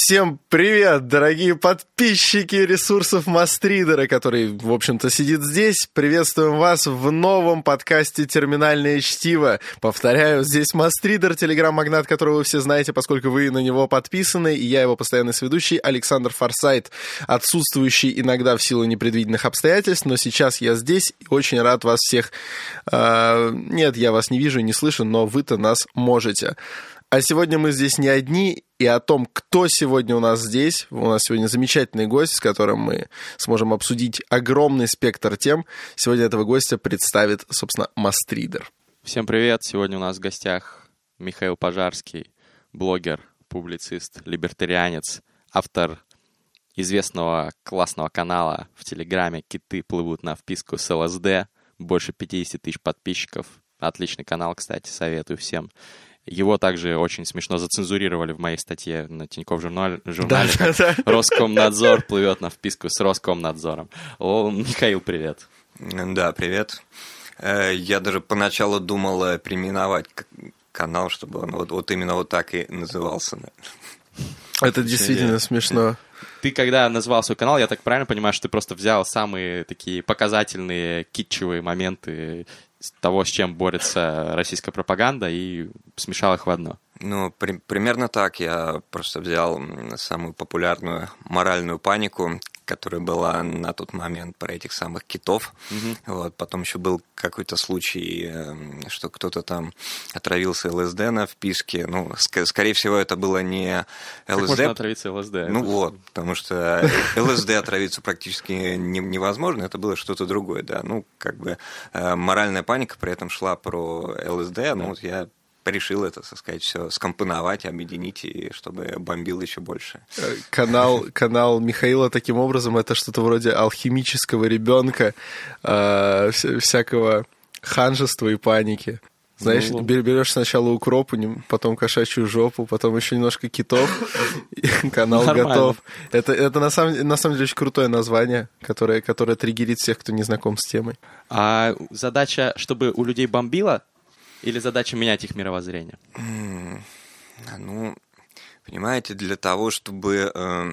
Всем привет, дорогие подписчики ресурсов Мастридера, который, в общем-то, сидит здесь. Приветствуем вас в новом подкасте «Терминальное чтиво». Повторяю, здесь Мастридер, телеграм-магнат, которого вы все знаете, поскольку вы на него подписаны, и я его постоянный сведущий Александр Форсайт, отсутствующий иногда в силу непредвиденных обстоятельств, но сейчас я здесь и очень рад вас всех... Нет, я вас не вижу и не слышу, но вы-то нас можете. А сегодня мы здесь не одни, и о том, кто сегодня у нас здесь, у нас сегодня замечательный гость, с которым мы сможем обсудить огромный спектр тем. Сегодня этого гостя представит, собственно, Мастридер. Всем привет! Сегодня у нас в гостях Михаил Пожарский, блогер, публицист, либертарианец, автор известного классного канала в Телеграме «Киты плывут на вписку с ЛСД», больше 50 тысяч подписчиков. Отличный канал, кстати, советую всем. Его также очень смешно зацензурировали в моей статье на Тинькофф журнале. Да. Роскомнадзор плывет на вписку с Роскомнадзором. Михаил, привет. Да, привет. Я даже поначалу думал переименовать канал, чтобы он вот именно вот так и назывался. Это действительно смешно. Ты когда назвал свой канал, я так правильно понимаю, что ты просто взял самые такие показательные, китчевые моменты того, с чем борется российская пропаганда, и смешал их в одно. Ну, примерно так. Я просто взял самую популярную моральную панику, которая была на тот момент про этих самых китов. Вот. Потом еще был какой-то случай, что кто-то там отравился ЛСД на вписке. Ну, скорее всего, это было не ЛСД. Как можно отравиться ЛСД? Ну вот, потому что ЛСД отравиться практически невозможно, это было что-то другое, да. Ну, как бы моральная паника при этом шла про ЛСД, ну вот я решил это, так сказать, все скомпоновать, объединить, и чтобы бомбил еще больше. Канал Михаила таким образом это что-то вроде алхимического ребенка, всякого ханжества и паники. Знаешь, берешь сначала укроп, потом кошачью жопу, потом еще немножко китов, и канал Нормально. Готов. Это на самом деле очень крутое название, которое триггерит всех, кто не знаком с темой. А задача, чтобы у людей бомбило, или задача менять их мировоззрение? Ну, понимаете, для того, чтобы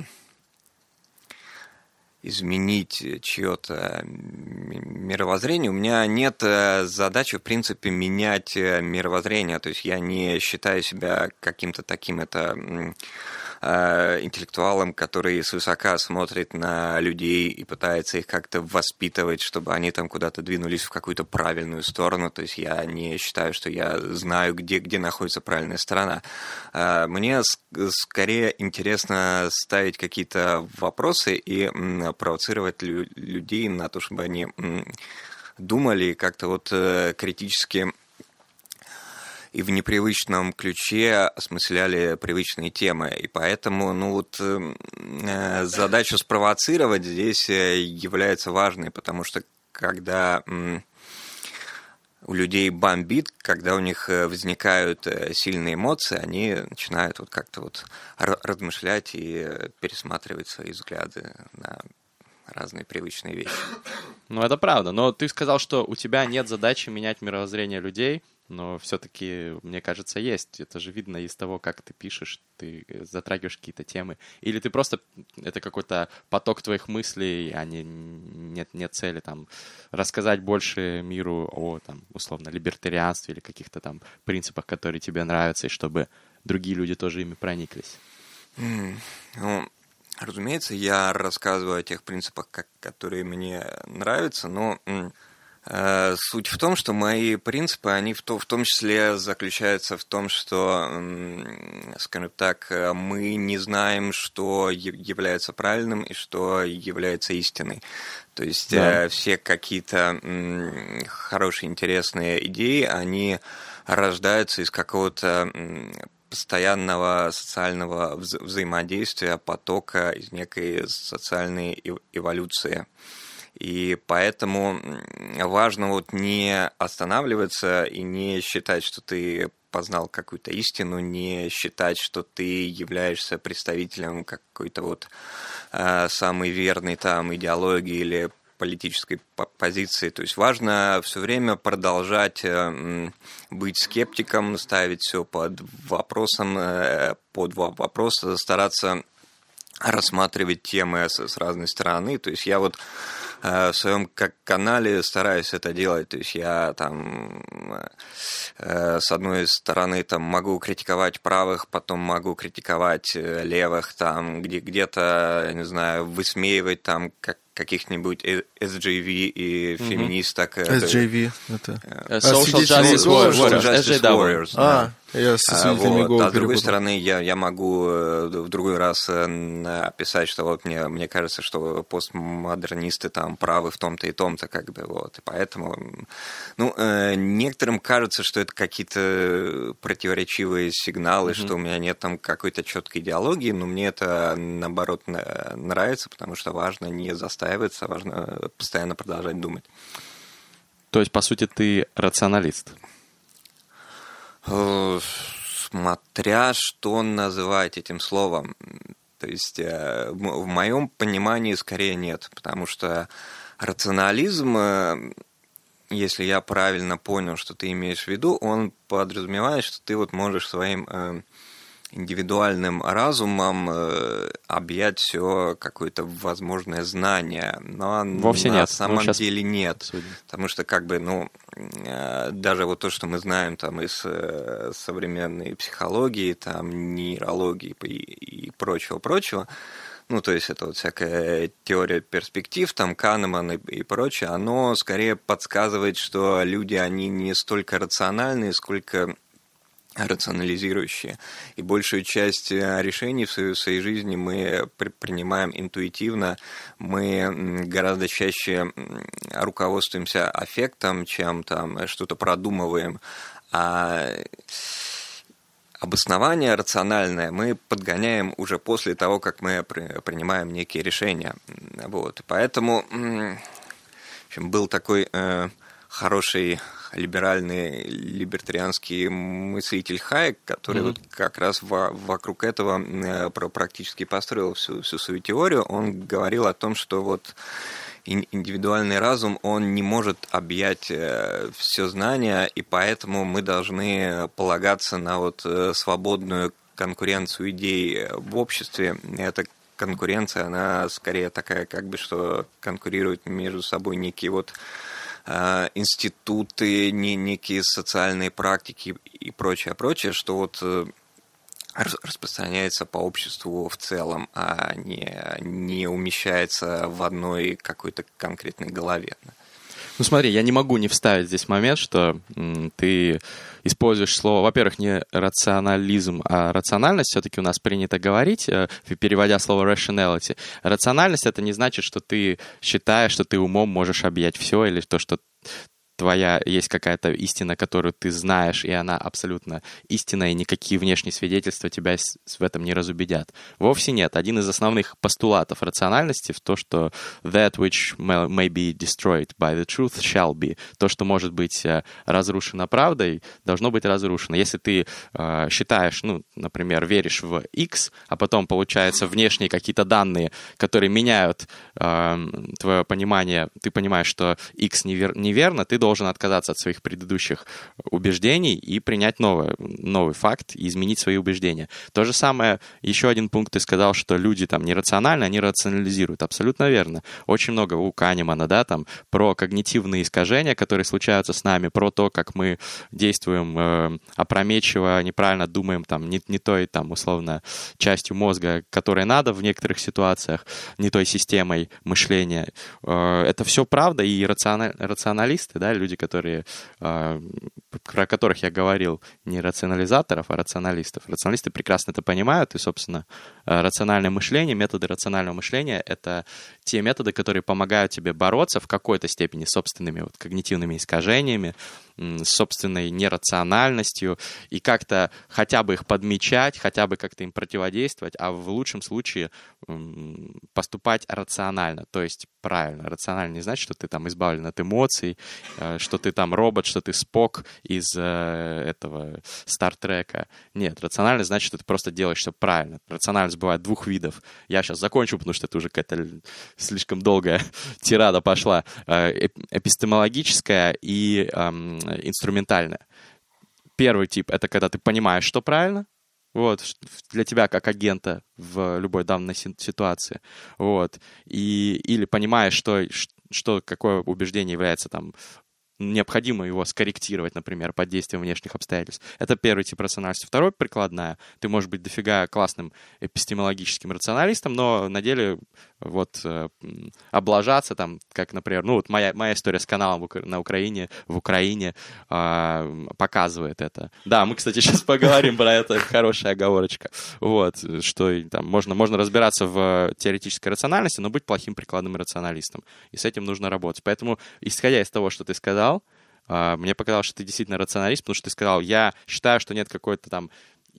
изменить чье-то мировоззрение, у меня нет задачи, в принципе, менять мировоззрение. То есть я не считаю себя каким-то таким интеллектуалом, который свысока смотрит на людей и пытается их как-то воспитывать, чтобы они там куда-то двинулись в какую-то правильную сторону. То есть я не считаю, что я знаю, где находится правильная сторона. Мне скорее интересно ставить какие-то вопросы и провоцировать людей на то, чтобы они думали и как-то вот критически и в непривычном ключе осмысляли привычные темы. И поэтому задача спровоцировать здесь является важной, потому что когда у людей бомбит, когда у них возникают сильные эмоции, они начинают вот как-то вот размышлять и пересматривать свои взгляды на разные привычные вещи. Ну, это правда. Но ты сказал, что у тебя нет задачи менять мировоззрение людей, но все-таки, мне кажется, есть. Это же видно из того, как ты пишешь, ты затрагиваешь какие-то темы. Или ты просто... Это какой-то поток твоих мыслей, а нет цели там рассказать больше миру о, там, условно, либертарианстве или каких-то там принципах, которые тебе нравятся, и чтобы другие люди тоже ими прониклись. Ну, разумеется, я рассказываю о тех принципах, которые мне нравятся, но суть в том, что мои принципы, они в том числе заключаются в том, что, скажем так, мы не знаем, что является правильным и что является истиной. То есть все какие-то хорошие, интересные идеи, они рождаются из какого-то постоянного социального взаимодействия, потока, из некой социальной эволюции. И поэтому важно вот не останавливаться и не считать, что ты познал какую-то истину, не считать, что ты являешься представителем какой-то вот самой верной там идеологии или политической позиции. То есть важно все время продолжать быть скептиком, ставить все под вопрос, стараться рассматривать темы с разной стороны. То есть я вот в своем канале стараюсь это делать. То есть я там с одной стороны там могу критиковать правых, потом могу критиковать левых, там где-то, не знаю, высмеивать там каких-нибудь SJV и феминисток. SJV это... Social Justice Warriors. Я со свидетелями Иеговы А с другой стороны, я могу в другой раз описать, что вот мне кажется, что постмодернисты там правы в том-то и том-то, как бы, вот. И поэтому, некоторым кажется, что это какие-то противоречивые сигналы, что у меня нет там какой-то четкой идеологии, но мне это, наоборот, нравится, потому что важно не застаиваться, важно постоянно продолжать думать. То есть, по сути, ты рационалист? Смотря что называть этим словом. То есть в моем понимании скорее нет, потому что рационализм, если я правильно понял, что ты имеешь в виду, он подразумевает, что ты вот можешь своим индивидуальным разумом объять все какое-то возможное знание, но вовсе на нет. самом деле нет, обсудим. Потому что как бы, даже вот то, что мы знаем там из современной психологии, там нейрологии и прочего, то есть это вот всякая теория перспектив, там Канеман и прочее, оно скорее подсказывает, что люди, они не столько рациональные, сколько рационализирующие. И большую часть решений в своей жизни мы принимаем интуитивно, мы гораздо чаще руководствуемся аффектом, чем там что-то продумываем. А обоснование рациональное мы подгоняем уже после того, как мы принимаем некие решения. Вот. И поэтому в общем, был такой хороший либеральный, либертарианский мыслитель Хайек, который вот как раз вокруг этого практически построил всю свою теорию. Он говорил о том, что вот индивидуальный разум, он не может объять все знания, и поэтому мы должны полагаться на вот свободную конкуренцию идей в обществе. Эта конкуренция, она скорее такая, как бы, что конкурируют между собой некие вот институты, некие социальные практики и прочее, что вот распространяется по обществу в целом, а не умещается в одной какой-то конкретной голове. Ну смотри, я не могу не вставить здесь момент, что ты используешь слово, во-первых, не рационализм, а рациональность, все-таки у нас принято говорить, переводя слово rationality. Рациональность — это не значит, что ты считаешь, что ты умом можешь объять все, или то, что твоя есть какая-то истина, которую ты знаешь, и она абсолютно истинная, и никакие внешние свидетельства тебя в этом не разубедят. Вовсе нет. Один из основных постулатов рациональности в то, что that which may be destroyed by the truth shall be. То, что может быть разрушено правдой, должно быть разрушено. Если ты считаешь, например, веришь в X, а потом получаются внешние какие-то данные, которые меняют твое понимание, ты понимаешь, что X неверно, ты должен отказаться от своих предыдущих убеждений и принять новый факт и изменить свои убеждения. То же самое, еще один пункт, ты сказал, что люди там нерациональны, они рационализируют. Абсолютно верно. Очень много у Канемана, да, там, про когнитивные искажения, которые случаются с нами, про то, как мы действуем опрометчиво, неправильно думаем, там, не той, там, условно, частью мозга, которой надо в некоторых ситуациях, не той системой мышления. Это все правда, и рационалисты, да, люди, про которых я говорил, не рационализаторов, а рационалистов. Рационалисты прекрасно это понимают, и, собственно, рациональное мышление, методы рационального мышления — это те методы, которые помогают тебе бороться в какой-то степени с собственными вот когнитивными искажениями, с собственной нерациональностью, и как-то хотя бы их подмечать, хотя бы как-то им противодействовать, а в лучшем случае поступать рационально, то есть правильно. Рационально не значит, что ты там избавлен от эмоций, что ты там робот, что ты Спок из этого Стартрека. Нет, рационально значит, что ты просто делаешь все правильно. Рациональность бывает двух видов. Я сейчас закончу, потому что это уже какая-то слишком долгая тирада пошла. Эпистемологическая и инструментальная. Первый тип — это когда ты понимаешь, что правильно. вот, для тебя как агента в любой данной ситуации, вот, или понимаешь, что какое убеждение является там необходимо его скорректировать, например, под действием внешних обстоятельств. Это первый тип рациональности. Второй — прикладная. Ты можешь быть дофига классным эпистемологическим рационалистом, но на деле вот облажаться там, как, например, ну вот моя история с каналом в Украине показывает это. Да, мы, кстати, сейчас поговорим про это, хорошая оговорочка. Вот, что там можно разбираться в теоретической рациональности, но быть плохим прикладным рационалистом. И с этим нужно работать. Поэтому, исходя из того, что ты сказал, мне показалось, что ты действительно рационалист, потому что ты сказал, я считаю, что нет какой-то там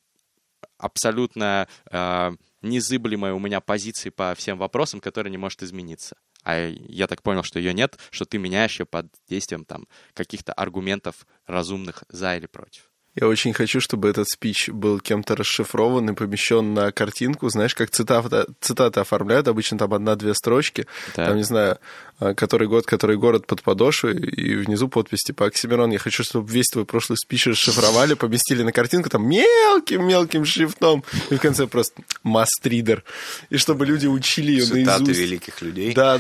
абсолютно незыблемой у меня позиции по всем вопросам, которая не может измениться. А я так понял, что ее нет, что ты меняешь ее под действием там каких-то аргументов разумных за или против. Я очень хочу, чтобы этот спич был кем-то расшифрован и помещен на картинку. Знаешь, как цитаты оформляют, обычно там 1-2 строчки. Да. Там, не знаю, который год, который город под подошвой, и внизу подпись типа «Оксимирон». Я хочу, чтобы весь твой прошлый спич расшифровали, поместили на картинку там мелким-мелким шрифтом, и в конце просто «Мастридер». И чтобы люди учили ее наизусть. Цитаты великих людей. Да.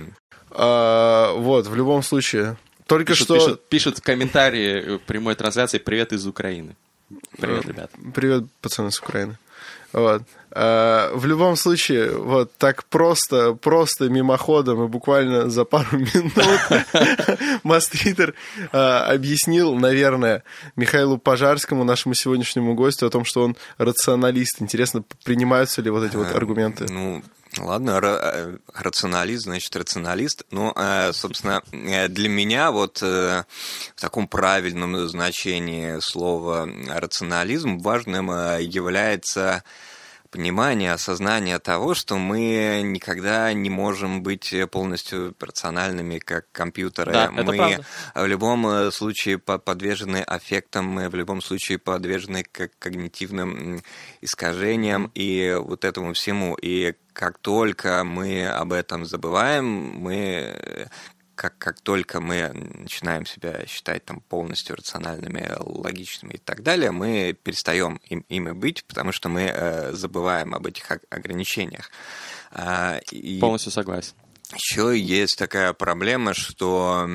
Вот, в любом случае... Пишут в комментарии прямой трансляции «Привет из Украины». Привет, ребят. Привет, пацаны с Украины. Вот. В любом случае, вот так просто мимоходом и буквально за пару минут Мастридер объяснил, наверное, Михаилу Пожарскому, нашему сегодняшнему гостю, о том, что он рационалист. Интересно, принимаются ли вот эти вот аргументы? Ладно, рационалист, значит, рационалист. Но, собственно, для меня вот в таком правильном значении слова рационализм важным является понимание, осознание того, что мы никогда не можем быть полностью рациональными, как компьютеры. Да, мы это правда. В любом случае подвержены аффектам, мы в любом случае подвержены когнитивным искажениям и вот этому всему. И как только мы об этом забываем, как только мы начинаем себя считать там полностью рациональными, логичными и так далее, мы перестаем ими быть, потому что мы забываем об этих ограничениях. Полностью согласен. Еще есть такая проблема, что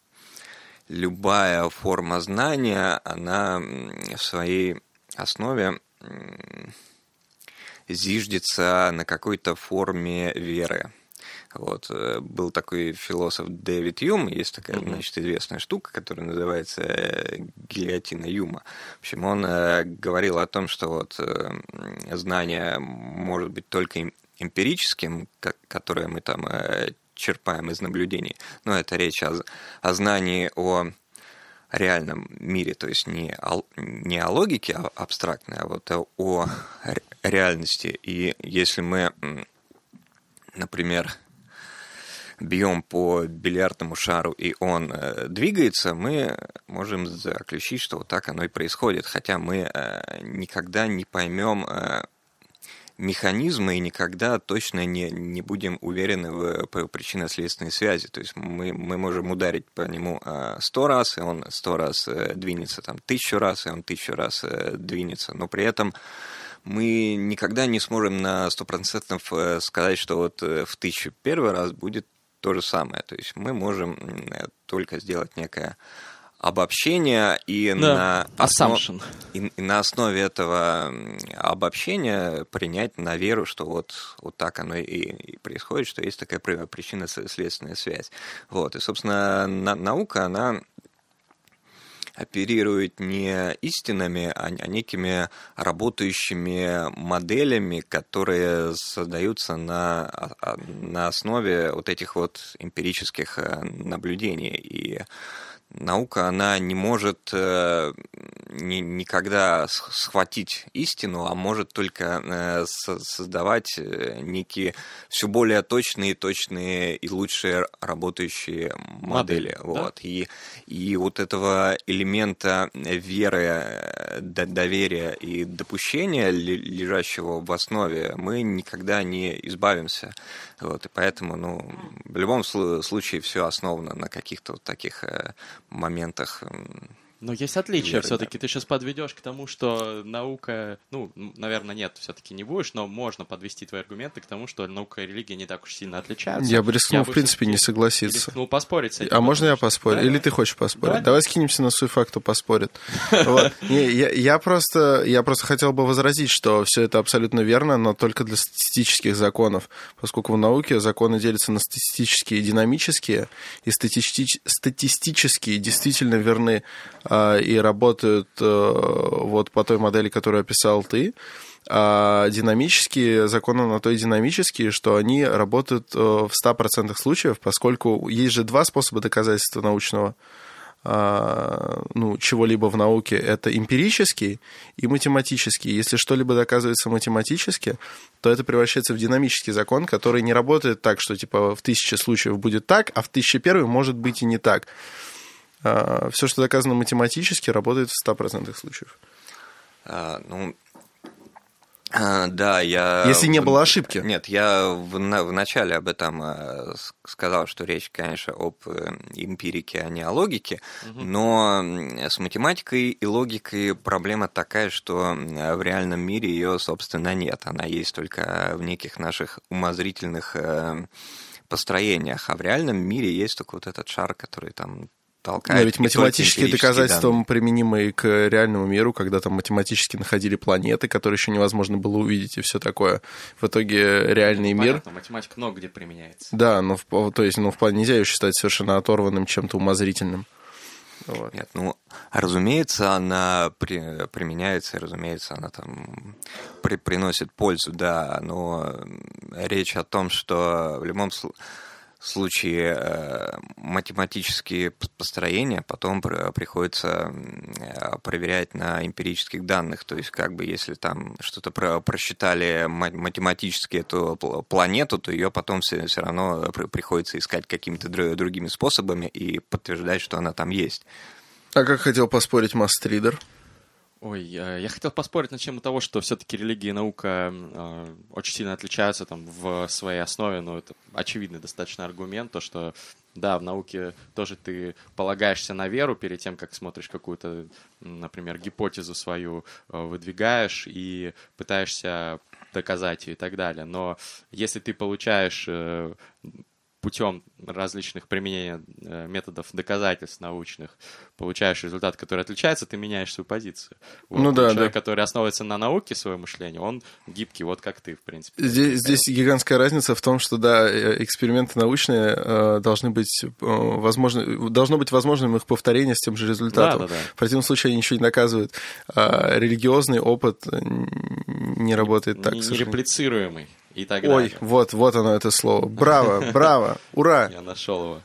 любая форма знания, она в своей основе зиждется на какой-то форме веры. Вот. Был такой философ Дэвид Юм, есть такая, значит, известная штука, которая называется гильотина Юма. В общем, он говорил о том, что вот знание может быть только эмпирическим, которое мы там черпаем из наблюдений, но это речь о знании о реальном мире, то есть не о логике абстрактной, а вот о реальности. И если мы, например, бьем по бильярдному шару, и он двигается, мы можем заключить, что вот так оно и происходит, хотя мы никогда не поймем механизмы и никогда точно не будем уверены в причинно-следственной связи. То есть мы можем ударить по нему 100 раз, и он 100 раз двинется, там, 1000 раз, и он 1000 раз двинется, но при этом мы никогда не сможем на 100% сказать, что вот в 1001 раз будет то же самое. То есть мы можем только сделать некое обобщение и, на основе этого обобщения принять на веру, что вот так оно и происходит, что есть такая причинно-следственная связь. Вот. И, собственно, наука, она оперирует не истинами, а некими работающими моделями, которые создаются на основе вот этих вот эмпирических наблюдений. И наука, она не может никогда схватить истину, а может только создавать некие все более точные и лучшие работающие модели. Вот. Да? И вот этого элемента веры, доверия и допущения, лежащего в основе, мы никогда не избавимся. Вот. И поэтому, в любом случае все основано на каких-то вот таких моментах Но есть отличия все-таки. Ты сейчас подведешь к тому, что наука... Ну, наверное, нет, все-таки не будешь, но можно подвести твои аргументы к тому, что наука и религия не так уж сильно отличаются. Я бы рискнул, в принципе, не согласиться. Ну, поспорить с этим. А можно я поспорю? Да, Или ты хочешь поспорить? Давай скинемся на Суефак, кто поспорит. Я просто хотел бы возразить, что все это абсолютно верно, но только для статистических законов, поскольку в науке законы делятся на статистические и динамические, и статистические действительно верны и работают вот по той модели, которую описал ты, а динамические законы на то и динамические, что они работают в 100% случаев, поскольку есть же два способа доказательства научного чего-либо в науке. Это эмпирический и математический. Если что-либо доказывается математически, то это превращается в динамический закон, который не работает так, что типа в 1000 случаев будет так, а в 1001 может быть и не так. Все, что доказано математически, работает в 100% случаев. Да, Если не было ошибки. Нет, я в начале об этом сказал, что речь, конечно, об эмпирике, а не о логике, но с математикой и логикой проблема такая, что в реальном мире ее, собственно, нет. Она есть только в неких наших умозрительных построениях, а в реальном мире есть только вот этот шар, который там толкает. Но ведь математические доказательства применимы и к реальному миру, когда там математически находили планеты, которые еще невозможно было увидеть, и все такое. В итоге реальный мир... Понятно, математика много где применяется. Да, но в плане нельзя ее считать совершенно оторванным чем-то умозрительным. Вот. Нет, разумеется, она применяется, разумеется, она там приносит пользу, да, но речь о том, что в любом случае математические построения потом приходится проверять на эмпирических данных. То есть, как бы, если там что-то просчитали математически эту планету, то ее потом все равно приходится искать какими-то другими способами и подтверждать, что она там есть. А как хотел поспорить Мастридер? Ой, я хотел поспорить на тему того, что все-таки религия и наука очень сильно отличаются там в своей основе, но это очевидный достаточно аргумент, то, что, да, в науке тоже ты полагаешься на веру перед тем, как смотришь какую-то, например, гипотезу свою, выдвигаешь и пытаешься доказать ее и так далее. Но если ты получаешь путем различных применения методов доказательств научных получаешь результат, который отличается, ты меняешь свою позицию. Вот. Человек, который основывается на науке, свое мышление, он гибкий, вот как ты, в принципе. Здесь гигантская разница в том, что, да, эксперименты научные должны быть возможны, должно быть возможным их повторение с тем же результатом. Да. В противном случае они ничего не доказывают. А религиозный опыт не работает так. Нереплицируемый. И так Ой, далее. вот оно, это слово. Браво, ура! Я нашел его.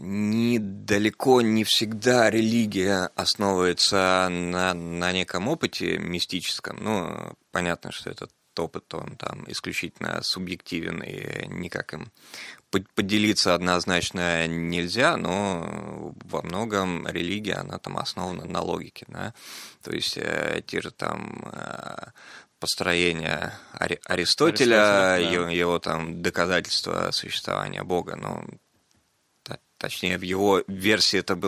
Далеко не всегда религия основывается на неком опыте мистическом. Ну, понятно, что этот опыт, он там исключительно субъективен, и никак им поделиться однозначно нельзя, но во многом религия, она там основана на логике, да? То есть те же там построение Аристотеля, его там доказательства существования Бога, точнее, в его версии это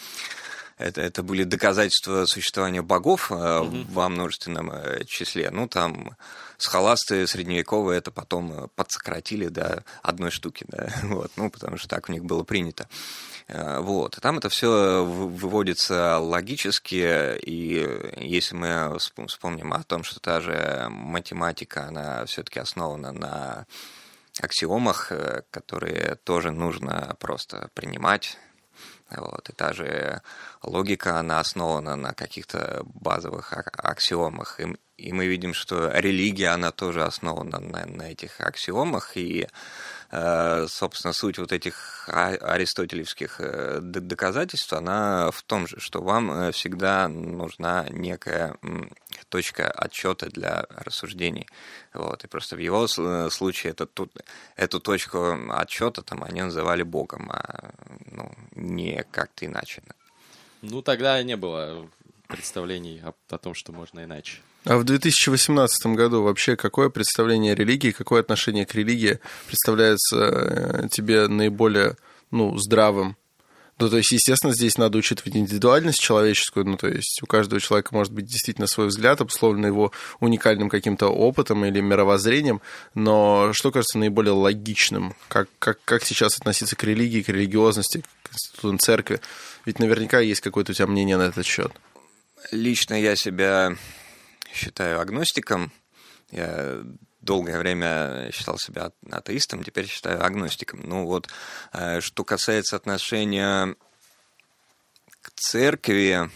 были доказательства существования богов во множественном числе. Ну, там схоласты средневековые это потом подсократили до одной штуки, да, вот, потому что так у них было принято. Вот. И там это все выводится логически, и если мы вспомним о том, что та же математика, она все-таки основана на аксиомах, которые тоже нужно просто принимать. Вот. И та же логика, она основана на каких-то базовых аксиомах. И мы видим, что религия, она тоже основана на этих аксиомах, и собственно, суть вот этих аристотелевских доказательств, она в том же, что вам всегда нужна некая точка отсчета для рассуждений. Вот. И просто в его случае эту точку отсчета там они называли Богом, а не как-то иначе. Ну, тогда не было представлений о том, что можно иначе. А в 2018 году вообще какое представление о религии, какое отношение к религии представляется тебе наиболее здравым? Ну, то есть, естественно, здесь надо учитывать индивидуальность человеческую, ну, то есть у каждого человека может быть действительно свой взгляд, обусловленный его уникальным каким-то опытом или мировоззрением, но что кажется наиболее логичным? Как сейчас относиться к религии, к религиозности, к институтам церкви? Ведь наверняка есть какое-то у тебя мнение на этот счет. Лично я себя считаю агностиком. Я долгое время считал себя атеистом, теперь считаю агностиком. Ну вот, что касается отношения к церкви,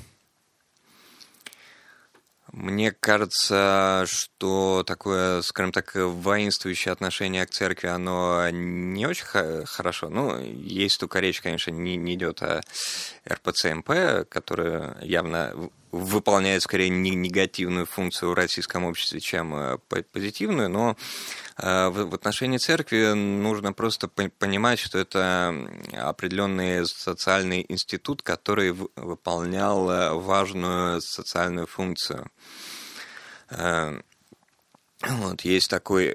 мне кажется, что такое, скажем так, воинствующее отношение к церкви, оно не очень хорошо. Ну, есть только речь, конечно, не идет о РПЦ-МП, которая явно выполняет скорее негативную функцию в российском обществе, чем позитивную, но в отношении церкви нужно просто понимать, что это определенный социальный институт, который выполнял важную социальную функцию. Вот, есть такой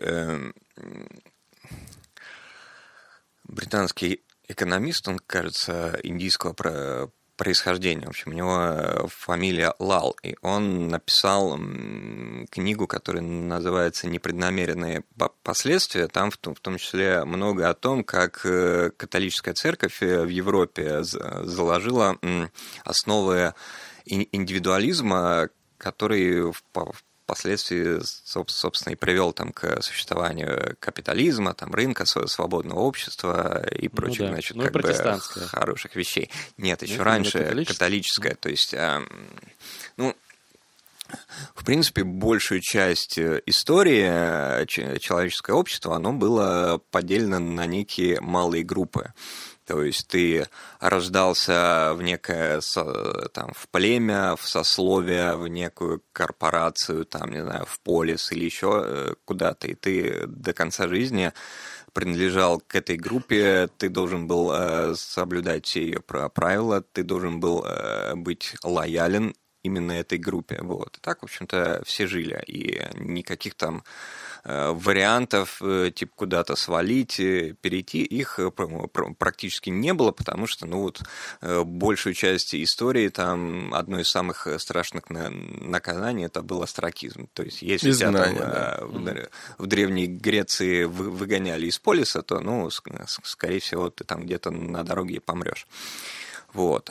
британский экономист, он, кажется, индийского происхождения. В общем, у него фамилия Лал, и он написал книгу, которая называется «Непреднамеренные последствия». Там в том числе много о том, как католическая церковь в Европе заложила основы индивидуализма, который впоследствии, собственно, и привел там к существованию капитализма, там, рынка, свободного общества и прочих, значит, как бы хороших вещей. Нет, еще раньше католическое. То есть, ну, в принципе, большую часть истории человеческого общества, оно было поделено на некие малые группы. То есть ты рождался в некое, там, в племя, в сословие, в некую корпорацию, там, не знаю, в полис или еще куда-то, и ты до конца жизни принадлежал к этой группе, ты должен был соблюдать все ее правила, ты должен был быть лоялен именно этой группе. Вот. И так, в общем-то, все жили, и никаких там вариантов, типа, куда-то свалить, перейти, их практически не было, потому что, ну вот, большую часть истории, там, одно из самых страшных наказаний, это был остракизм. То есть, если тебя там в Древней Греции выгоняли из полиса, то, ну, скорее всего, ты там где-то на дороге помрешь. Вот.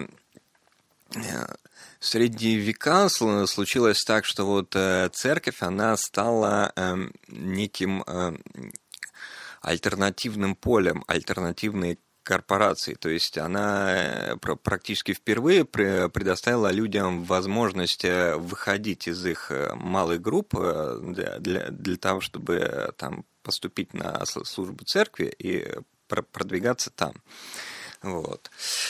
В средние века случилось так, что вот церковь, она стала неким альтернативным полем, альтернативной корпорации. То есть она практически впервые предоставила людям возможность выходить из их малых групп для того, чтобы там поступить на службу церкви и продвигаться там. Вот.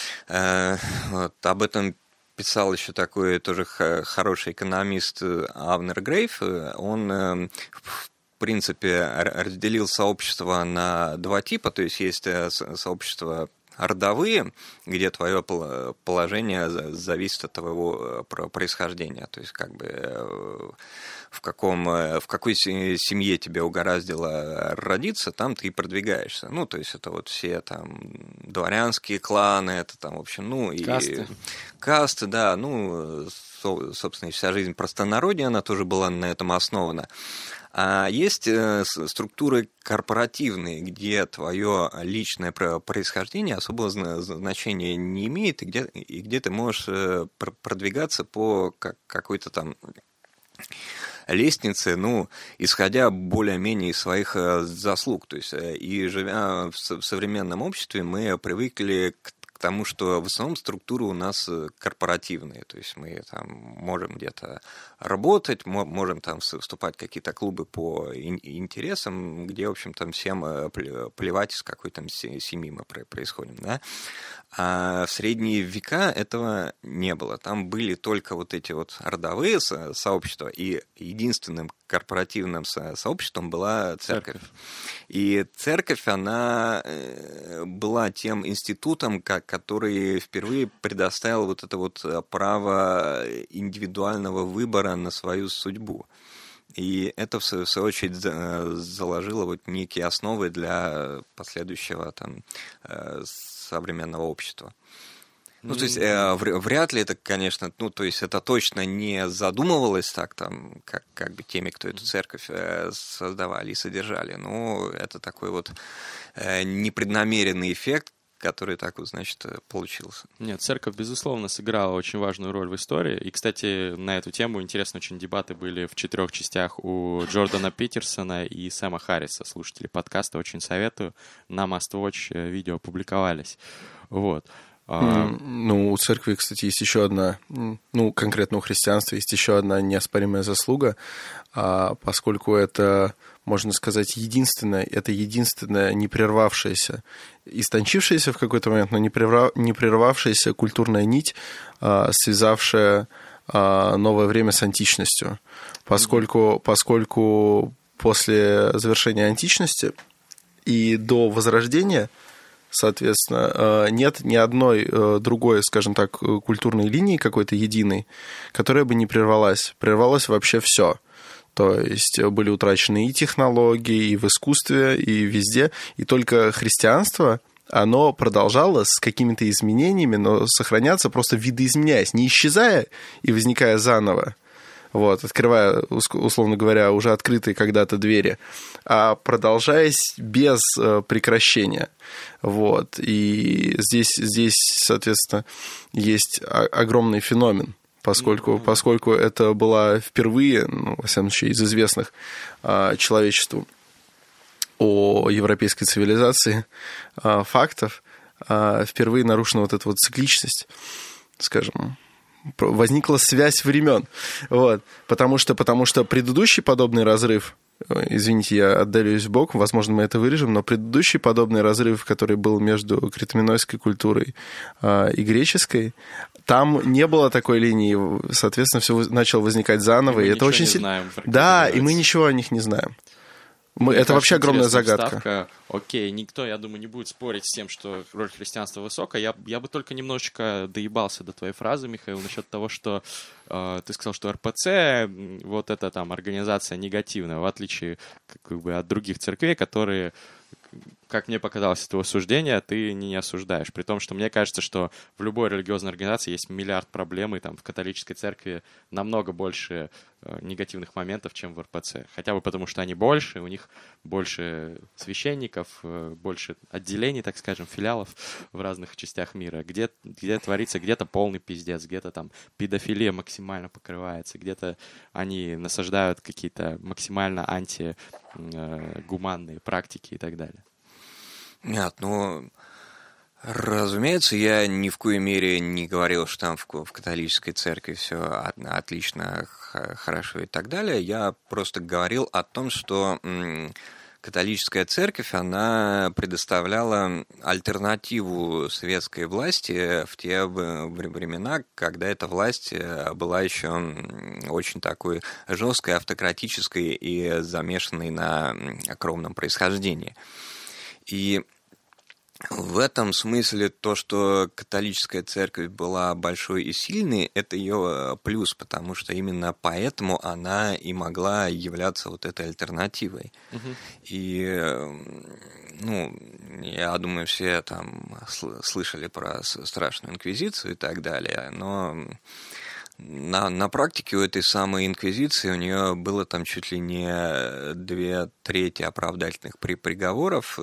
Вот. Об этом писал еще такой тоже хороший экономист Авнер Грейв. Он, в принципе, разделил сообщество на два типа. То есть есть сообщества родовые, где твое положение зависит от твоего происхождения. То есть, как бы, в какой семье тебе угораздило родиться, там ты и продвигаешься. Ну, то есть, это вот все там дворянские кланы, это там, в общем, ну, и касты, да, ну, собственно, вся жизнь простонародья, она тоже была на этом основана. А есть структуры корпоративные, где твое личное происхождение особого значения не имеет, и где ты можешь продвигаться по какой-то там лестнице, ну, исходя более-менее из своих заслуг. То есть, и живя в современном обществе, мы привыкли к тому, что в основном структуры у нас корпоративные, то есть мы там можем где-то работать, можем там вступать в какие-то клубы по интересам, где, в общем, там всем плевать, из какой там семьи мы происходим, да. А в средние века этого не было. Там были только вот эти вот родовые сообщества, и единственным корпоративным сообществом была церковь. И церковь, она была тем институтом, который впервые предоставил вот это вот право индивидуального выбора на свою судьбу. И это, в свою очередь, заложило вот некие основы для последующего там, современного общества. Ну, то есть, вряд ли это, конечно, ну, то есть, это точно не задумывалось так, там, как бы теми, кто эту церковь создавали и содержали, но это такой вот непреднамеренный эффект, который так вот, значит, получился. Нет, церковь, безусловно, сыграла очень важную роль в истории. И, кстати, на эту тему интересно очень дебаты были в 4 частях у Джордана Питерсона и Сэма Харриса. Слушатели подкаста очень советую. На MustWatch видео публиковались. Вот. Ну, у церкви, кстати, есть еще одна, ну, конкретно у христианства есть еще одна неоспоримая заслуга, поскольку это, можно сказать, единственная не прервавшаяся, истончившаяся в какой-то момент, но не прервавшаяся культурная нить, связавшая новое время с античностью. Поскольку после завершения античности и до Возрождения, соответственно, нет ни одной другой, скажем так, культурной линии какой-то единой, которая бы не прервалась. Прервалось вообще все. То есть были утрачены и технологии, и в искусстве, и везде. И только христианство, оно продолжало с какими-то изменениями, но сохраняться, просто видоизменяясь, не исчезая и возникая заново. Вот, открывая, условно говоря, уже открытые когда-то двери, а продолжаясь без прекращения. Вот. И здесь, соответственно, есть огромный феномен, поскольку это была впервые, ну, во всяком случае, из известных человечеству о европейской цивилизации фактов, впервые нарушена вот эта вот цикличность, скажем, возникла связь времен. Вот. Потому что предыдущий подобный разрыв, извините, я отдалюсь в бок, возможно, мы это вырежем, но предыдущий подобный разрыв, который был между крито-минойской культурой и греческой, там не было такой линии, соответственно, все начало возникать заново. И мы это ничего очень не знаем. Да, и мы ничего о них не знаем. Это вообще огромная загадка. Вставка. Окей, никто, я думаю, не будет спорить с тем, что роль христианства высокая. Я бы только немножечко доебался до твоей фразы, Михаил, насчет того, что ты сказал, что РПЦ, вот эта там организация негативная, в отличие как бы от других церквей, которые, как мне показалось из твоего суждения, ты не осуждаешь. При том, что мне кажется, что в любой религиозной организации есть миллиард проблем, и там в католической церкви намного больше негативных моментов, чем в РПЦ. Хотя бы потому, что они больше, у них больше священников, больше отделений, так скажем, филиалов в разных частях мира, где творится где-то полный пиздец, где-то там педофилия максимально покрывается, где-то они насаждают какие-то максимально антигуманные практики и так далее. Нет, ну, разумеется, я ни в коей мере не говорил, что там в католической церкви все отлично, хорошо и так далее. Я просто говорил о том, что католическая церковь, она предоставляла альтернативу светской власти в те времена, когда эта власть была еще очень такой жесткой, автократической и замешанной на кровном происхождении. И в этом смысле то, что католическая церковь была большой и сильной, это ее плюс, потому что именно поэтому она и могла являться вот этой альтернативой. И, ну, я думаю, все там слышали про страшную инквизицию и так далее, но на практике у этой самой инквизиции у нее было там чуть ли не 2/3 оправдательных приговоров.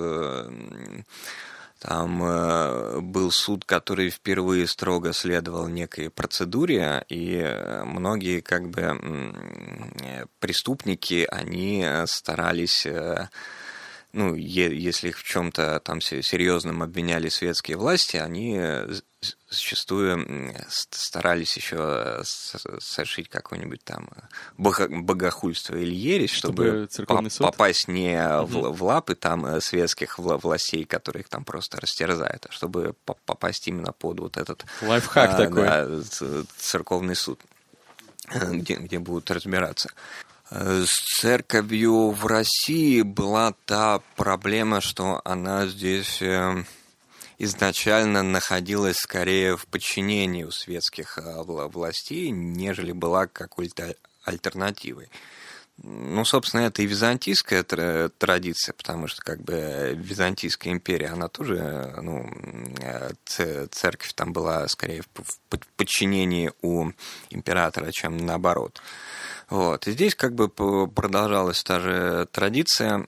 Там был суд, который впервые строго следовал некой процедуре, и многие как бы преступники, они старались, ну, если их в чем-то там серьезном обвиняли светские власти, они зачастую старались еще совершить какое-нибудь там богохульство или ересь, чтобы попасть не в лапы там светских властей, которые их там просто растерзают, а чтобы попасть именно под вот этот лайфхак такой. Церковный суд, где будут разбираться. С церковью в России была та проблема, что она здесь изначально находилась скорее в подчинении у светских властей, нежели была какой-то альтернативой. Ну, собственно, это и византийская традиция, потому что как бы Византийская империя, она тоже, ну, церковь там была скорее в подчинении у императора, чем наоборот. Вот. И здесь как бы продолжалась та же традиция.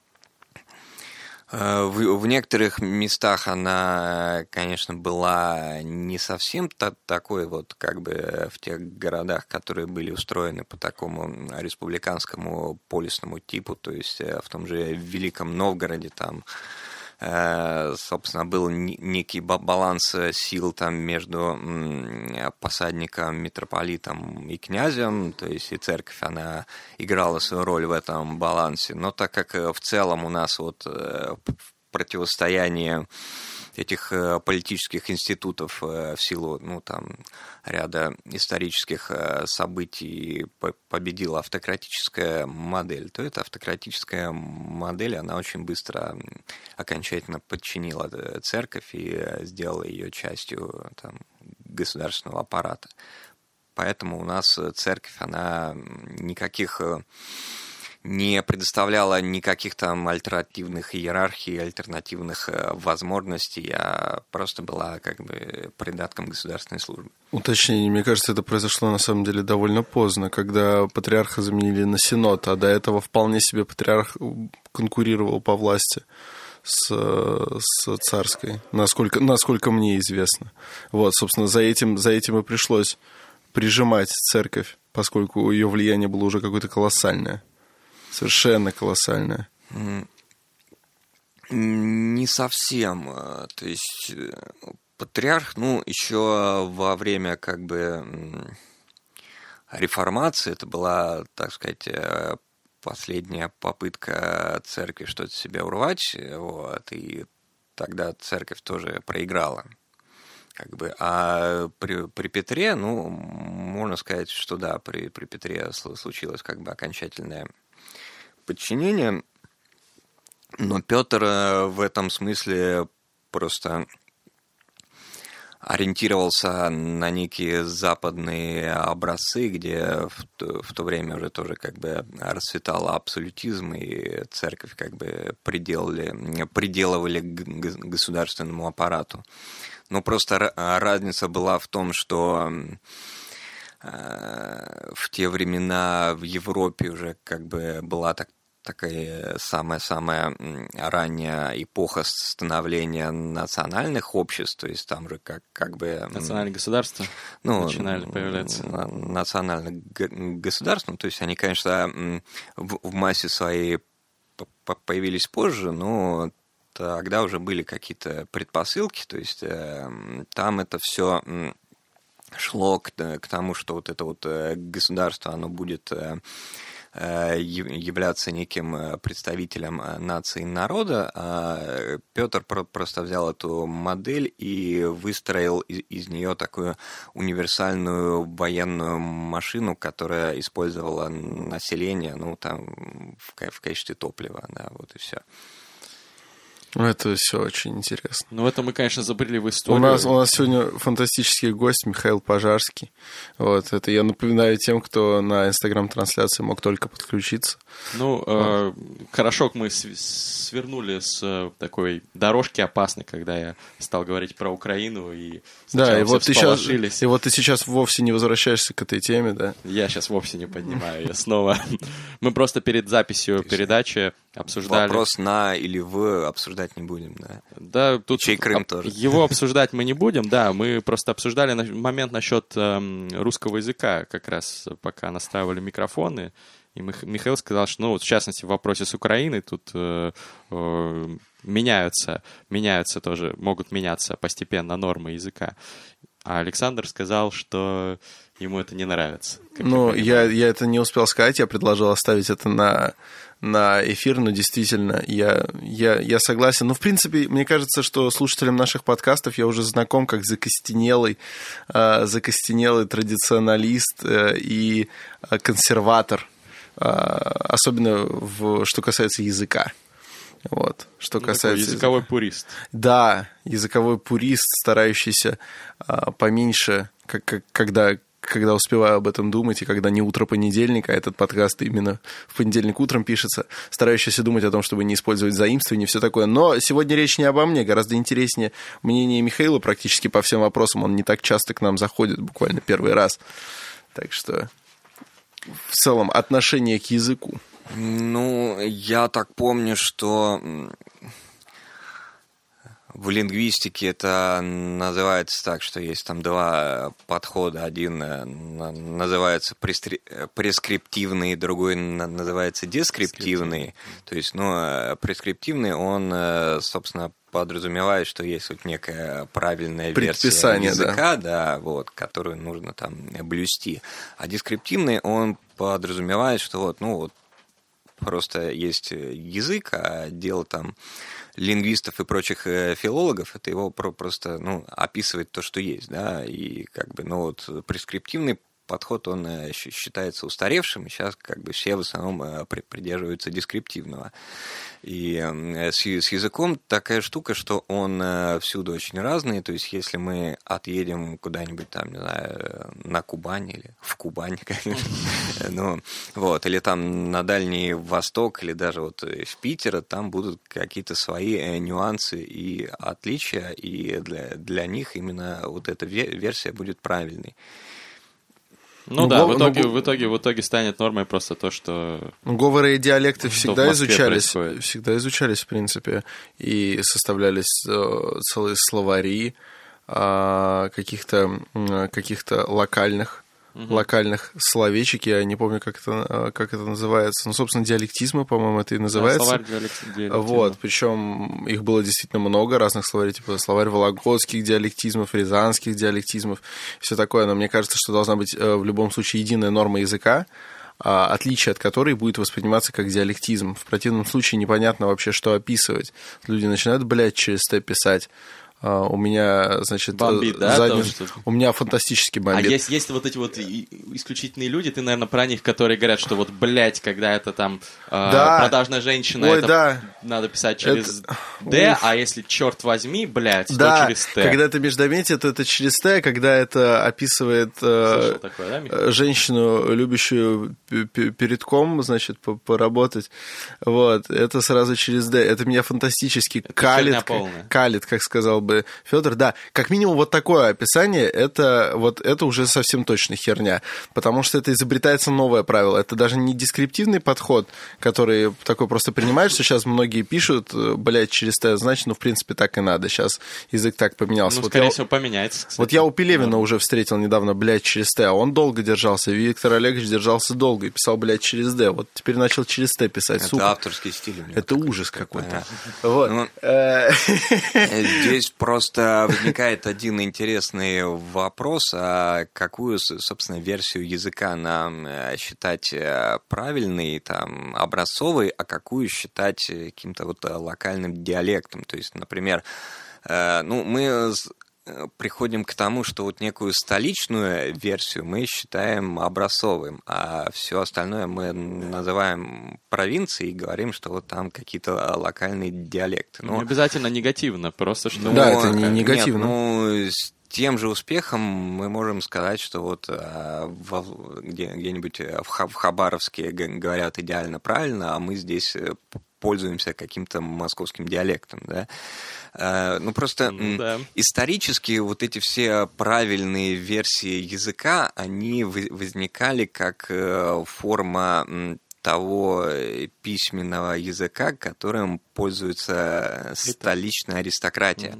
В некоторых местах она, конечно, была не совсем такой вот, как бы в тех городах, которые были устроены по такому республиканскому полисному типу, то есть в том же Великом Новгороде там, собственно, был некий баланс сил там между посадником, митрополитом и князем, то есть и церковь, она играла свою роль в этом балансе, но так как в целом у нас вот противостояние этих политических институтов в силу, ну, там, ряда исторических событий победила автократическая модель, то эта автократическая модель, она очень быстро окончательно подчинила церковь и сделала ее частью там, государственного аппарата. Поэтому у нас церковь, она не предоставляла никаких там альтернативных иерархий, альтернативных возможностей, а просто была как бы придатком государственной службы. Уточнение, мне кажется, это произошло на самом деле довольно поздно, когда патриарха заменили на синод, а до этого вполне себе патриарх конкурировал по власти с царской, насколько мне известно. Вот, собственно, за этим и пришлось прижимать церковь, поскольку ее влияние было уже какое-то колоссальное. Совершенно колоссальная. Не совсем. То есть патриарх, ну, еще во время как бы реформации, это была, так сказать, последняя попытка церкви что-то себе урвать, вот, и тогда церковь тоже проиграла. Как бы, а при Петре, ну, можно сказать, что да, при Петре случилось как бы окончательное подчинение, но Петр в этом смысле просто ориентировался на некие западные образцы, где в то время уже тоже как бы расцветал абсолютизм, и церковь как бы приделывали к государственному аппарату. Но просто разница была в том, что в те времена в Европе уже как бы была такая самая-самая ранняя эпоха становления национальных обществ, то есть там же как бы... Национальные государства начинали появляться. Национальных государств, ну, то есть они, конечно, в массе своей появились позже, но тогда уже были какие-то предпосылки, то есть там это все шло к тому, что вот это вот государство, оно будет являться неким представителем нации и народа, а Петр просто взял эту модель и выстроил из нее такую универсальную военную машину, которая использовала население, ну, там, в качестве топлива, да, вот и все. Это все очень интересно. Ну, это мы, конечно, забыли в историю. У нас сегодня фантастический гость Михаил Пожарский. Вот, это я напоминаю тем, кто на Инстаграм-трансляции мог только подключиться. Ну, хорошо, мы свернули с такой дорожки опасной, когда я стал говорить про Украину, и да, и вот ты сейчас вовсе не возвращаешься к этой теме, да? Я сейчас вовсе не поднимаю, я снова... Мы просто перед записью передачи обсуждали... Вопрос на или в обсуждать не будем, да? Да, тут чей Крым тоже. Его обсуждать мы не будем, да, мы просто обсуждали момент насчет русского языка, как раз пока настраивали микрофоны, и Михаил сказал, что, ну, вот, в частности, в вопросе с Украиной тут меняются тоже, могут меняться постепенно нормы языка. А Александр сказал, что ему это не нравится. Ну, я это не успел сказать, я предложил оставить это на эфир, но действительно, я согласен. Ну, в принципе, мне кажется, что слушателям наших подкастов я уже знаком как закостенелый традиционалист и консерватор, особенно что касается языка. Вот. Что касается языковой пурист. Да, языковой пурист, старающийся поменьше, когда когда успеваю об этом думать, и когда не утро понедельника, а этот подкаст именно в понедельник утром пишется, стараюсь еще думать о том, чтобы не использовать заимствование и все такое. Но сегодня речь не обо мне, гораздо интереснее мнение Михаила практически по всем вопросам. Он не так часто к нам заходит, буквально первый раз. Так что в целом отношение к языку. Ну, я так помню, что в лингвистике это называется так, что есть там два подхода. Один называется прескриптивный, другой называется дескриптивный. То есть, прескриптивный, он, собственно, подразумевает, что есть вот некая правильная версия языка, да, вот, которую нужно там блюсти. А дескриптивный, он подразумевает, что просто есть язык, а дело там лингвистов и прочих филологов, это его просто описывает то, что есть, да, и прескриптивный подход, он считается устаревшим, и сейчас все в основном придерживаются дескриптивного. И с языком такая штука, что он всюду очень разный, то есть если мы отъедем куда-нибудь там, не знаю, на Кубань или в Кубань, или там на Дальний Восток, или даже вот в Питер, там будут какие-то свои нюансы и отличия, и для них именно вот эта версия будет правильной. В итоге станет нормой просто то, что... Говоры и диалекты всегда изучались, в принципе, и составлялись целые словари каких-то локальных словечек, я не помню, как это называется. Собственно, диалектизмы, по-моему, это и называется. Словарь диалектизма. Вот, причем их было действительно много разных словарей, типа словарь вологодских диалектизмов, рязанских диалектизмов, все такое. Но мне кажется, что должна быть в любом случае единая норма языка, отличие от которой будет восприниматься как диалектизм. В противном случае непонятно вообще, что описывать. Люди начинают, через «т» писать. У меня, бомбит, да? У меня фантастически бомбит. А есть вот эти вот исключительные люди, ты, наверное, про них, которые говорят, что когда это там продажная женщина, надо писать через «д», а если, черт возьми, то через «т». Когда это междометие, то это через «т», когда это описывает такое, да, женщину, любящую передком, поработать, это сразу через «д». Это меня фантастически калит, как сказал бы Федор, да, как минимум вот такое описание, это уже совсем точно херня, потому что это изобретается новое правило, это даже не дескриптивный подход, который такой просто принимает, что сейчас многие пишут, через «т», значит, в принципе, так и надо, сейчас язык так поменялся. Скорее всего, поменяется, кстати. Вот я у Пелевина уже встретил недавно, через «т», а он долго держался, Виктор Олегович держался долго и писал, через «д», вот теперь начал через «т» писать, это авторский стиль. Это ужас какой-то. Здесь просто возникает один интересный вопрос, а какую, собственно, версию языка нам считать правильной, образцовой, а какую считать каким-то локальным диалектом. То есть, например, мы приходим к тому, что некую столичную версию мы считаем образцовым, а все остальное мы называем провинцией и говорим, что там какие-то локальные диалекты. Не обязательно негативно, просто что... это не негативно. С тем же успехом мы можем сказать, что где-нибудь в Хабаровске говорят идеально правильно, а мы здесь пользуемся каким-то московским диалектом, да. Исторически эти все правильные версии языка, они возникали как форма того письменного языка, которым пользуется столичная аристократия.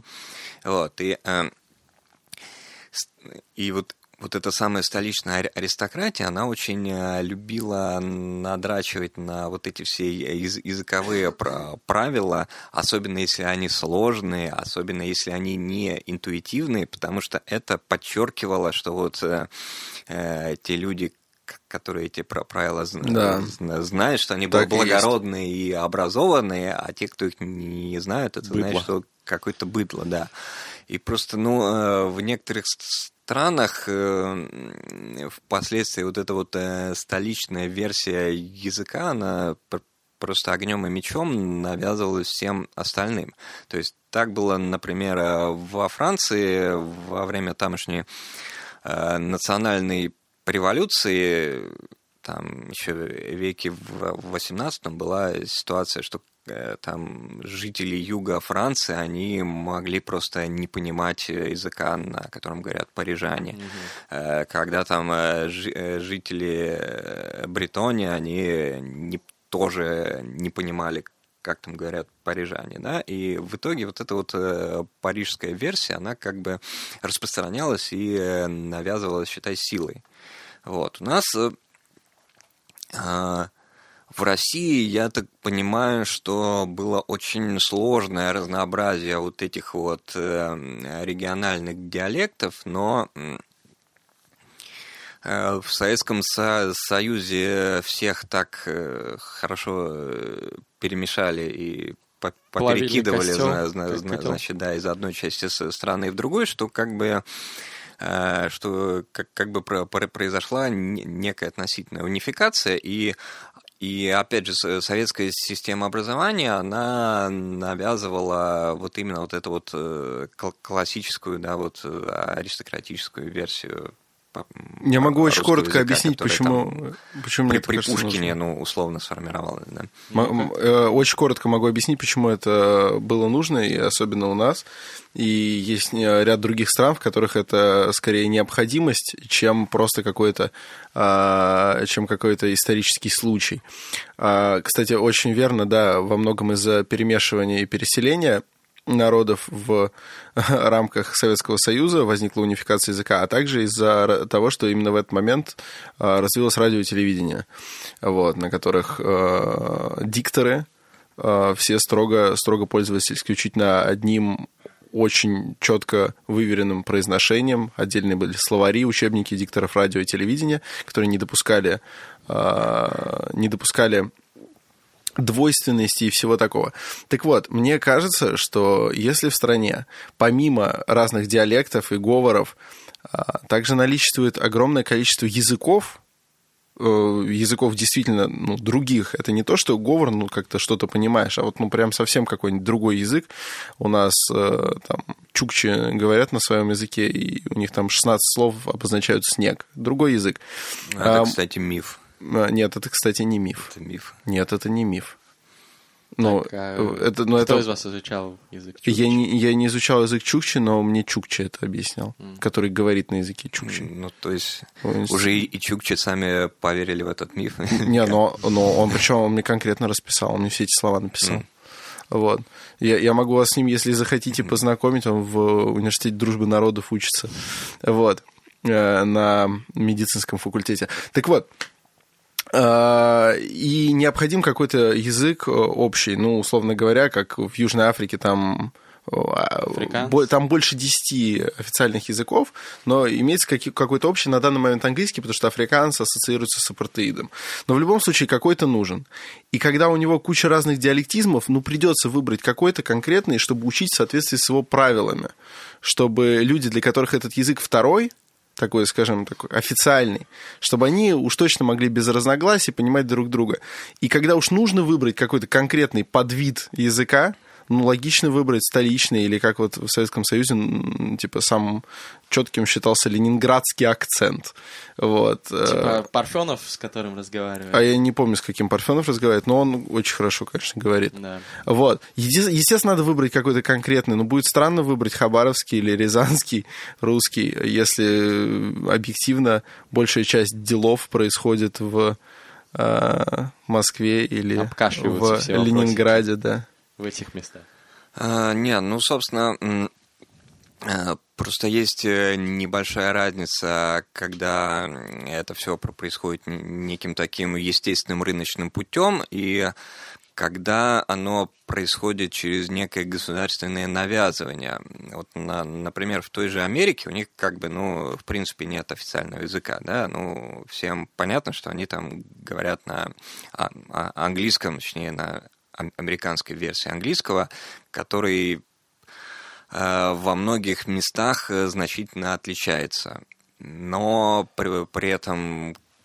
И эта самая столичная аристократия, она очень любила надрачивать на эти все языковые правила, особенно если они сложные, особенно если они не интуитивные, потому что это подчеркивало, что те люди, которые эти правила знают, что они благородные и образованные, а те, кто их не знают, это знают, что какое-то быдло, да. И просто, в некоторых странах впоследствии эта столичная версия языка, она просто огнем и мечом навязывалась всем остальным. То есть так было, например, во Франции во время тамошней национальной революции, там еще веке в XVIII была ситуация, что там жители юга Франции, они могли просто не понимать языка, на котором говорят парижане. Когда там жители Бретонии, они тоже не понимали, как там говорят парижане, да, и в итоге вот эта вот парижская версия, она как бы распространялась и навязывалась, считай, силой. Вот. У нас в России, я так понимаю, что было очень сложное разнообразие вот этих вот региональных диалектов, но в Советском Союзе всех так хорошо перемешали и перекидывали, значит, да, из одной части страны в другую, что как бы произошла некая относительная унификация, и опять же, советская система образования, она навязывала вот именно вот эту вот классическую, да, вот аристократическую версию. Я могу очень коротко объяснить, почему мне это при кажется Пушкине, нужно. условно сформировалось, да. Очень коротко могу объяснить, почему это было нужно, и особенно у нас. И есть ряд других стран, в которых это скорее необходимость, чем просто какой-то исторический случай. Кстати, очень верно, да, во многом из-за перемешивания и переселения народов в рамках Советского Союза возникла унификация языка, а также из-за того, что именно в этот момент развилось радио и телевидение, вот, на которых дикторы все строго пользовались исключительно одним очень четко выверенным произношением. Отдельные были словари, учебники дикторов радио и телевидения, которые не допускали двойственности и всего такого. Так вот, мне кажется, что если в стране помимо разных диалектов и говоров также наличествует огромное количество языков действительно других, это не то, что говор, как-то что-то понимаешь, а вот прям совсем какой-нибудь другой язык. У нас там чукчи говорят на своем языке, и у них там 16 слов обозначают снег. Другой язык. Это, кстати, миф. Нет, это, кстати, не миф. Это миф. Нет, это не миф. Кто из вас изучал язык чукчи? Я не изучал язык чукчи, но мне чукчи это объяснял, который говорит на языке чукчи. То есть уже и чукчи сами поверили в этот миф. Не, но он мне конкретно расписал, он мне все эти слова написал. Вот. Я могу вас с ним, если захотите, познакомить, он в университете дружбы народов учится. Вот. На медицинском факультете. Так вот, и необходим какой-то язык общий, условно говоря, как в Южной Африке, там больше 10 официальных языков, но имеется какой-то общий на данный момент английский, потому что африканец ассоциируется с апартеидом. Но в любом случае какой-то нужен. И когда у него куча разных диалектизмов, придется выбрать какой-то конкретный, чтобы учить в соответствии с его правилами, чтобы люди, для которых этот язык второй, такой, скажем, такой официальный, чтобы они уж точно могли без разногласий понимать друг друга. И когда уж нужно выбрать какой-то конкретный подвид языка, логично выбрать столичный, или как вот в Советском Союзе, самым четким считался ленинградский акцент. Вот. Типа Парфенов, с которым разговаривает. А я не помню, с каким Парфенов разговаривает, но он очень хорошо, конечно, говорит. Да. Вот. Естественно, надо выбрать какой-то конкретный, но будет странно выбрать хабаровский или рязанский русский, если объективно большая часть делов происходит в Москве или в Ленинграде, да. В этих местах. Собственно, просто есть небольшая разница, когда это все происходит неким таким естественным рыночным путем, и когда оно происходит через некое государственное навязывание. Вот, например, в той же Америке у них в принципе нет официального языка, да, всем понятно, что они там говорят на английском, точнее, на американской версии английского, который во многих местах значительно отличается. Но при этом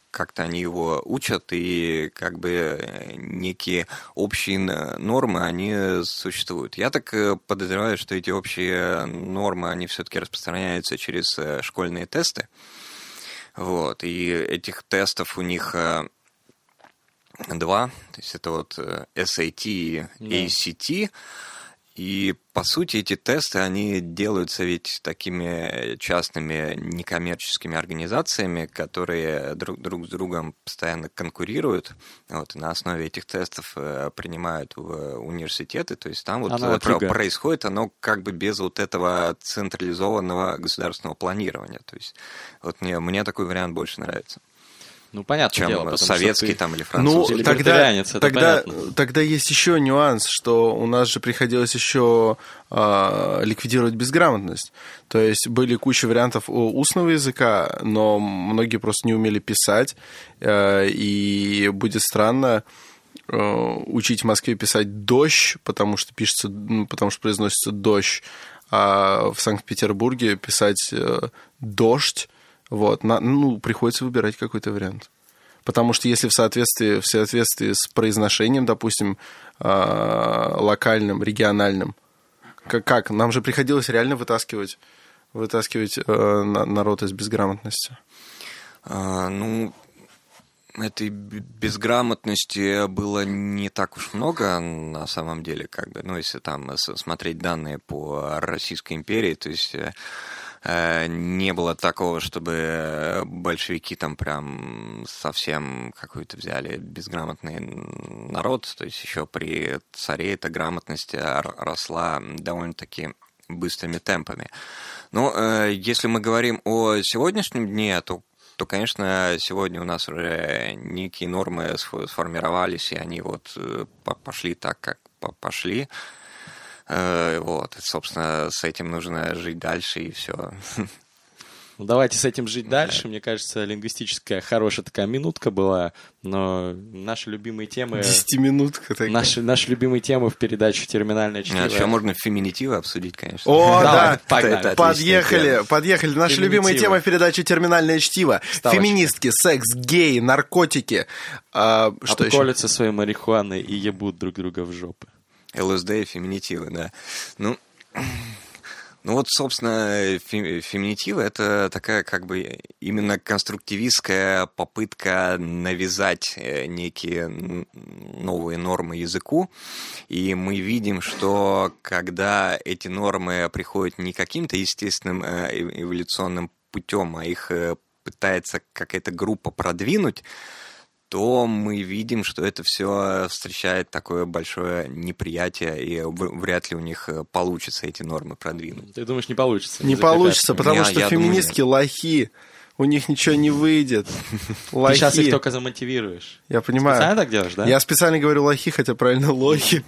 как-то они его учат, и как бы некие общие нормы, они существуют. Я так подозреваю, что эти общие нормы, они все-таки распространяются через школьные тесты. Вот, и этих тестов у них 2, то есть это вот SAT и ACT, и, по сути, эти тесты, они делаются ведь такими частными некоммерческими организациями, которые друг с другом постоянно конкурируют, вот, и на основе этих тестов принимают в университеты, то есть там вот происходит оно как бы без вот этого централизованного государственного планирования, то есть вот мне такой вариант больше нравится. Ну, понятное чем дело, советский там или французский. Ну, тогда есть еще нюанс, что у нас же приходилось еще ликвидировать безграмотность. То есть были куча вариантов устного языка, но многие просто не умели писать, и будет странно учить в Москве писать «дождь», потому что произносится «дождь», а в Санкт-Петербурге писать «дождь». Вот, приходится выбирать какой-то вариант. Потому что если в соответствии с произношением, допустим, локальным, региональным, как? Нам же приходилось реально вытаскивать народ из безграмотности. Этой безграмотности было не так уж много на самом деле, как бы, если там смотреть данные по Российской империи, то есть не было такого, чтобы большевики там прям совсем какой-то взяли безграмотный народ, то есть еще при царе эта грамотность росла довольно-таки быстрыми темпами. Но если мы говорим о сегодняшнем дне, то, конечно, сегодня у нас уже некие нормы сформировались, и они вот пошли так, как пошли. Вот, и, собственно, с этим нужно жить дальше, и все. Ну, давайте с этим жить дальше. Мне кажется, лингвистическая хорошая такая минутка была, но наши любимые темы... 10-минутка такая. Наши любимые темы в передаче «Терминальное чтиво». Еще можно феминитивы обсудить, конечно. О, да, Подъехали. Наши любимые темы в передаче «Терминальное чтиво». Феминистки, секс, геи, наркотики. Что еще? Обколются своей марихуаной и ебут друг друга в жопы. ЛСД и феминитивы, да. Ну вот, собственно, феминитивы — это такая как бы именно конструктивистская попытка навязать некие новые нормы языку, и мы видим, что когда эти нормы приходят не каким-то естественным эволюционным путем, а их пытается какая-то группа продвинуть, то мы видим, что это все встречает такое большое неприятие, и вряд ли у них получится эти нормы продвинуть. Ты думаешь, не получится? Не получится, потому что феминистки лохи. У них ничего не выйдет. Лохи. Ты сейчас их только замотивируешь. Я понимаю. Специально так делаешь, да? Я специально говорю лохи, хотя правильно лохи.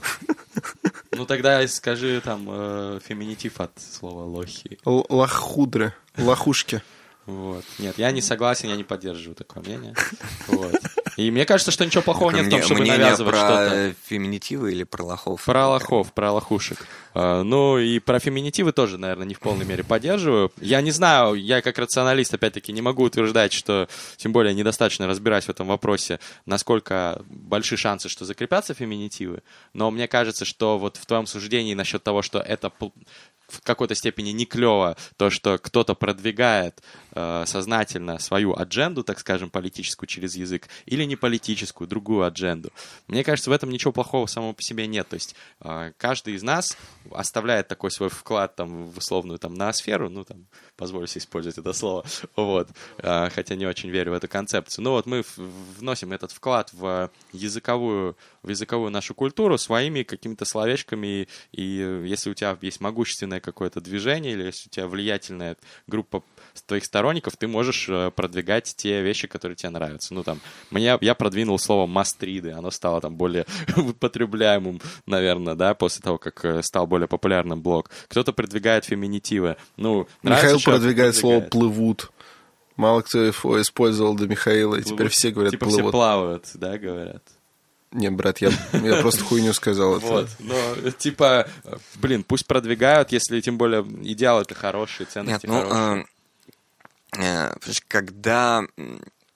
Ну тогда скажи там феминитив от слова лохи. Лохудры, лохушки. Вот. Нет, я не согласен, я не поддерживаю такое мнение. Вот. И мне кажется, что ничего плохого нет в том, чтобы навязывать что-то. Про феминитивы или про лохов? Про лохов, про лохушек. Ну и про феминитивы тоже, наверное, не в полной мере поддерживаю. Я не знаю, я как рационалист, опять-таки, не могу утверждать, что, тем более, недостаточно разбираюсь в этом вопросе, насколько большие шансы, что закрепятся феминитивы. Но мне кажется, что вот в твоем суждении насчет того, что это в какой-то степени не клево, то, что кто-то продвигает сознательно свою адженду, так скажем, политическую через язык, или не политическую, другую адженду. Мне кажется, в этом ничего плохого самого по себе нет. То есть каждый из нас оставляет такой свой вклад там, в условную там, ноосферу, ну, там, позволю себе использовать это слово, вот, хотя не очень верю в эту концепцию. Но вот мы вносим этот вклад в языковую нашу культуру своими какими-то словечками, и если у тебя есть могущественное какое-то движение, или если у тебя влиятельная группа твоих сторонников, ты можешь продвигать те вещи, которые тебе нравятся. Ну, там, я продвинул слово «мастриды», оно стало там более употребляемым, наверное, да, после того, как стал более популярным блог. Кто-то продвигает феминитивы. Ну, Михаил продвигает слово «плывут». Мало кто его использовал до Михаила, и теперь все говорят типа «плывут». Все плавают, да, говорят. Не, брат, я просто хуйню сказал. Вот, но, типа, пусть продвигают, если, тем более, идеал это хорошие, ценности хорошие. Когда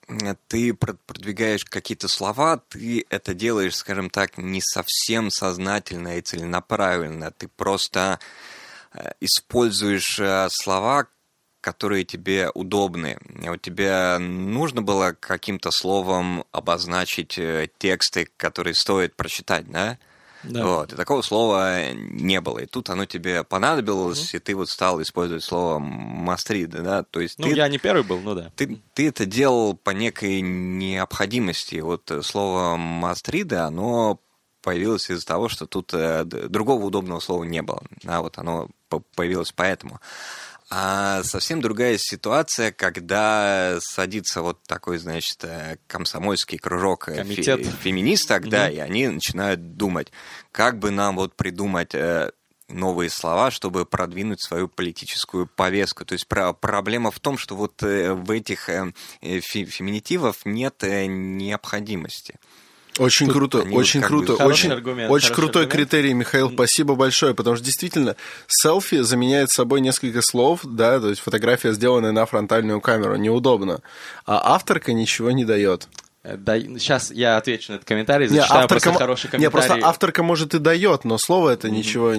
ты продвигаешь какие-то слова, ты это делаешь, скажем так, не совсем сознательно и целенаправленно. Ты просто используешь слова, которые тебе удобны. Вот тебе нужно было каким-то словом обозначить тексты, которые стоит прочитать, да? Да. Вот, и такого слова не было. И тут оно тебе понадобилось, и ты вот стал использовать слово «мастрида», да? То есть я не первый был, ну да. Ты это делал по некой необходимости. Вот слово «мастрида», оно появилось из-за того, что тут другого удобного слова не было. Да, вот оно появилось поэтому. А совсем другая ситуация, когда садится вот такой, значит, комсомольский кружок феминисток, да, и они начинают думать, как бы нам вот придумать новые слова, чтобы продвинуть свою политическую повестку. То есть проблема в том, что вот в этих феминитивов нет необходимости. Очень круто, очень круто. Очень крутой аргумент. критерий, Михаил, спасибо большое, потому что действительно селфи заменяет собой несколько слов, да, то есть фотография, сделанная на фронтальную камеру, неудобно, а авторка ничего не дает. Да, сейчас я отвечу на этот комментарий, зачитаю просто хороший комментарий. Не, просто авторка, может, и дает, но слово это ничего...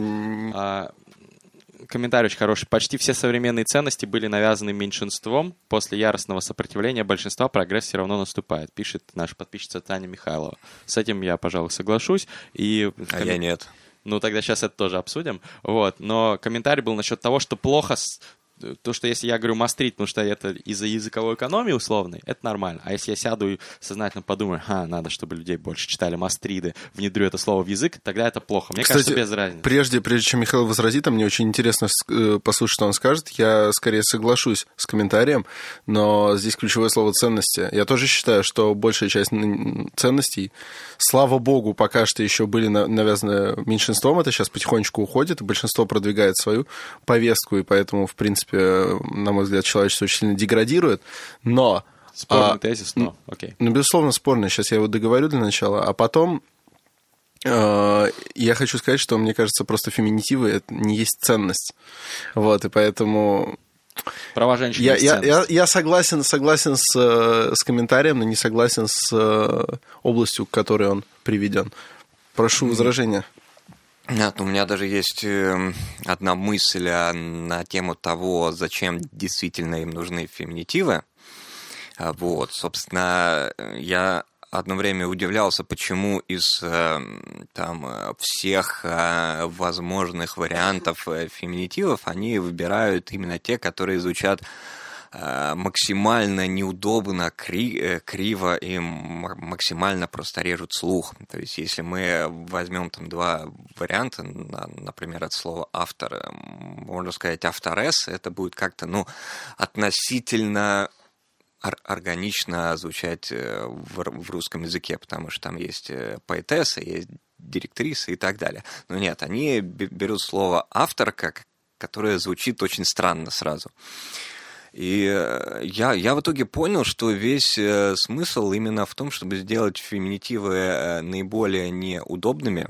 Комментарий очень хороший. Почти все современные ценности были навязаны меньшинством. После яростного сопротивления большинства прогресс все равно наступает, пишет наша подписчица Таня Михайлова. С этим я, пожалуй, соглашусь. Я нет. Ну, тогда сейчас это тоже обсудим. Вот. Но комментарий был насчет того, что плохо... То, что если я говорю мастрит, потому что это из-за языковой экономии условной, это нормально. А если я сяду и сознательно подумаю, надо, чтобы людей больше читали мастриды, внедрю это слово в язык, тогда это плохо. Мне кажется, без разницы. Прежде чем Михаил возразит, мне очень интересно послушать, что он скажет. Я скорее соглашусь с комментарием, но здесь ключевое слово «ценности». Я тоже считаю, что большая часть ценностей, слава богу, пока что еще были навязаны меньшинством, это сейчас потихонечку уходит, и большинство продвигает свою повестку, и поэтому, в принципе, на мой взгляд, человечество очень сильно деградирует, но... Спорный тезис, но окей. Ну, безусловно, спорный. Сейчас я его договорю для начала, а потом я хочу сказать, что, мне кажется, просто феминитивы — это не есть ценность. Вот, и поэтому... Права женщин я согласен с комментарием, но не согласен с областью, к которой он приведен. Прошу возражения. Нет, у меня даже есть одна мысль на тему того, зачем действительно им нужны феминитивы. Вот, собственно, я одно время удивлялся, почему из там всех возможных вариантов феминитивов они выбирают именно те, которые звучат максимально неудобно, криво и максимально просто режут слух. То есть, если мы возьмем там два варианта, например, от слова «автор», можно сказать «авторесс», это будет как-то, относительно органично звучать в русском языке, потому что там есть поэтесса, есть директриса и так далее. Но нет, они берут слово «авторка», которое звучит очень странно сразу. И я в итоге понял, что весь смысл именно в том, чтобы сделать феминитивы наиболее неудобными,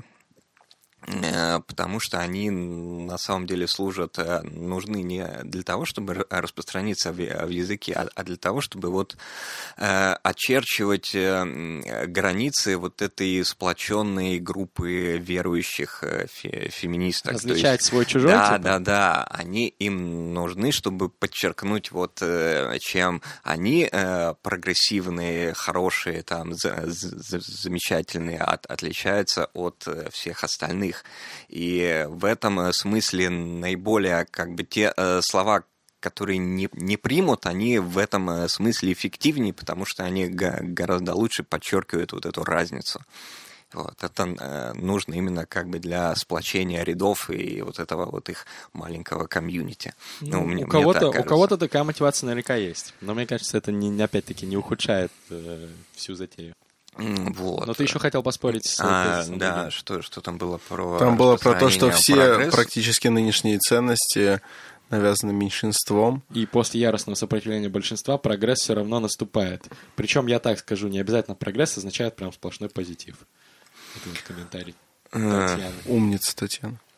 потому что они на самом деле нужны не для того, чтобы распространиться в языке, а для того, чтобы вот очерчивать границы вот этой сплоченной группы верующих феминисток. Различать свой-чужой? Да. Они им нужны, чтобы подчеркнуть вот чем они прогрессивные, хорошие, там, замечательные, отличаются от всех остальных. И в этом смысле наиболее те слова, которые не примут, они в этом смысле эффективнее, потому что они гораздо лучше подчеркивают вот эту разницу. Вот. Это нужно именно для сплочения рядов и вот этого вот их маленького комьюнити. У кого-то такая мотивация наверняка есть. Но мне кажется, это опять-таки не ухудшает всю затею. Вот. Но ты еще хотел поспорить с... Да, что там было про... Там было про то, что все практически нынешние ценности навязаны меньшинством. И после яростного сопротивления большинства прогресс все равно наступает. Причем, я так скажу, не обязательно прогресс означает прям сплошной позитив. Это вот комментарий Татьяны. Умница, Татьяна.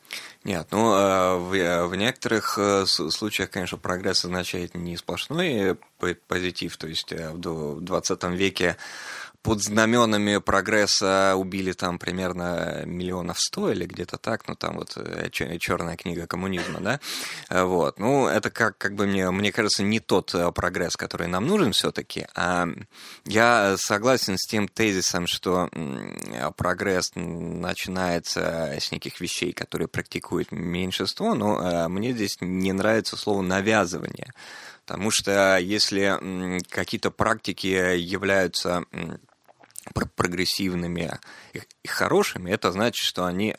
Нет, ну, в некоторых случаях, конечно, прогресс означает не сплошной позитив, то есть в 20 веке под знаменами прогресса убили там примерно 100 миллионов или где-то так, ну там вот черная книга коммунизма, да, вот, ну это как бы мне кажется не тот прогресс, который нам нужен все-таки, а я согласен с тем тезисом, что прогресс начинается с неких вещей, которые практикует меньшинство, но мне здесь не нравится слово навязывание, потому что если какие-то практики являются прогрессивными и хорошими, это значит, что они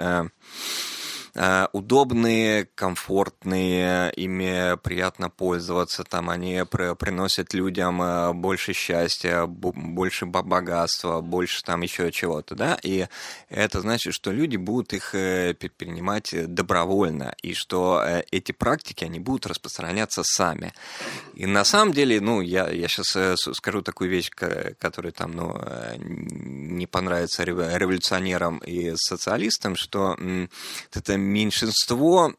удобные, комфортные, ими приятно пользоваться, там они приносят людям больше счастья, больше богатства, больше там еще чего-то, да, и это значит, что люди будут их перенимать добровольно, и что эти практики, они будут распространяться сами. И на самом деле, ну, я сейчас скажу такую вещь, которая там, ну, не понравится революционерам и социалистам, что это меньшинство,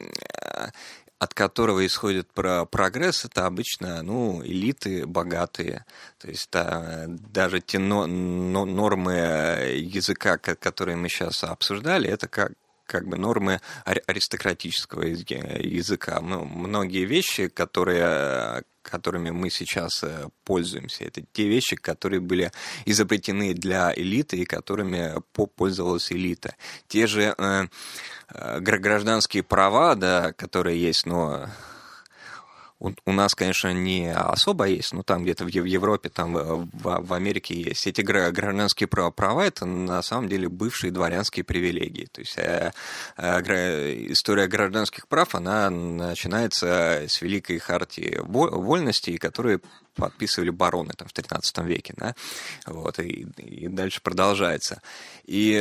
от которого исходит прогресс, это обычно, ну, элиты богатые. То есть даже те нормы языка, которые мы сейчас обсуждали, это как бы нормы аристократического языка. Ну, многие вещи, которыми мы сейчас пользуемся, это те вещи, которые были изобретены для элиты и которыми пользовалась элита. Те же гражданские права, да, которые есть, но у нас, конечно, не особо есть, но там где-то в Европе, там в Америке есть. Эти гражданские права – это на самом деле бывшие дворянские привилегии. То есть история гражданских прав, она начинается с Великой хартии вольностей, которые подписывали бароны там, в XIII веке, да? Вот, и дальше продолжается. И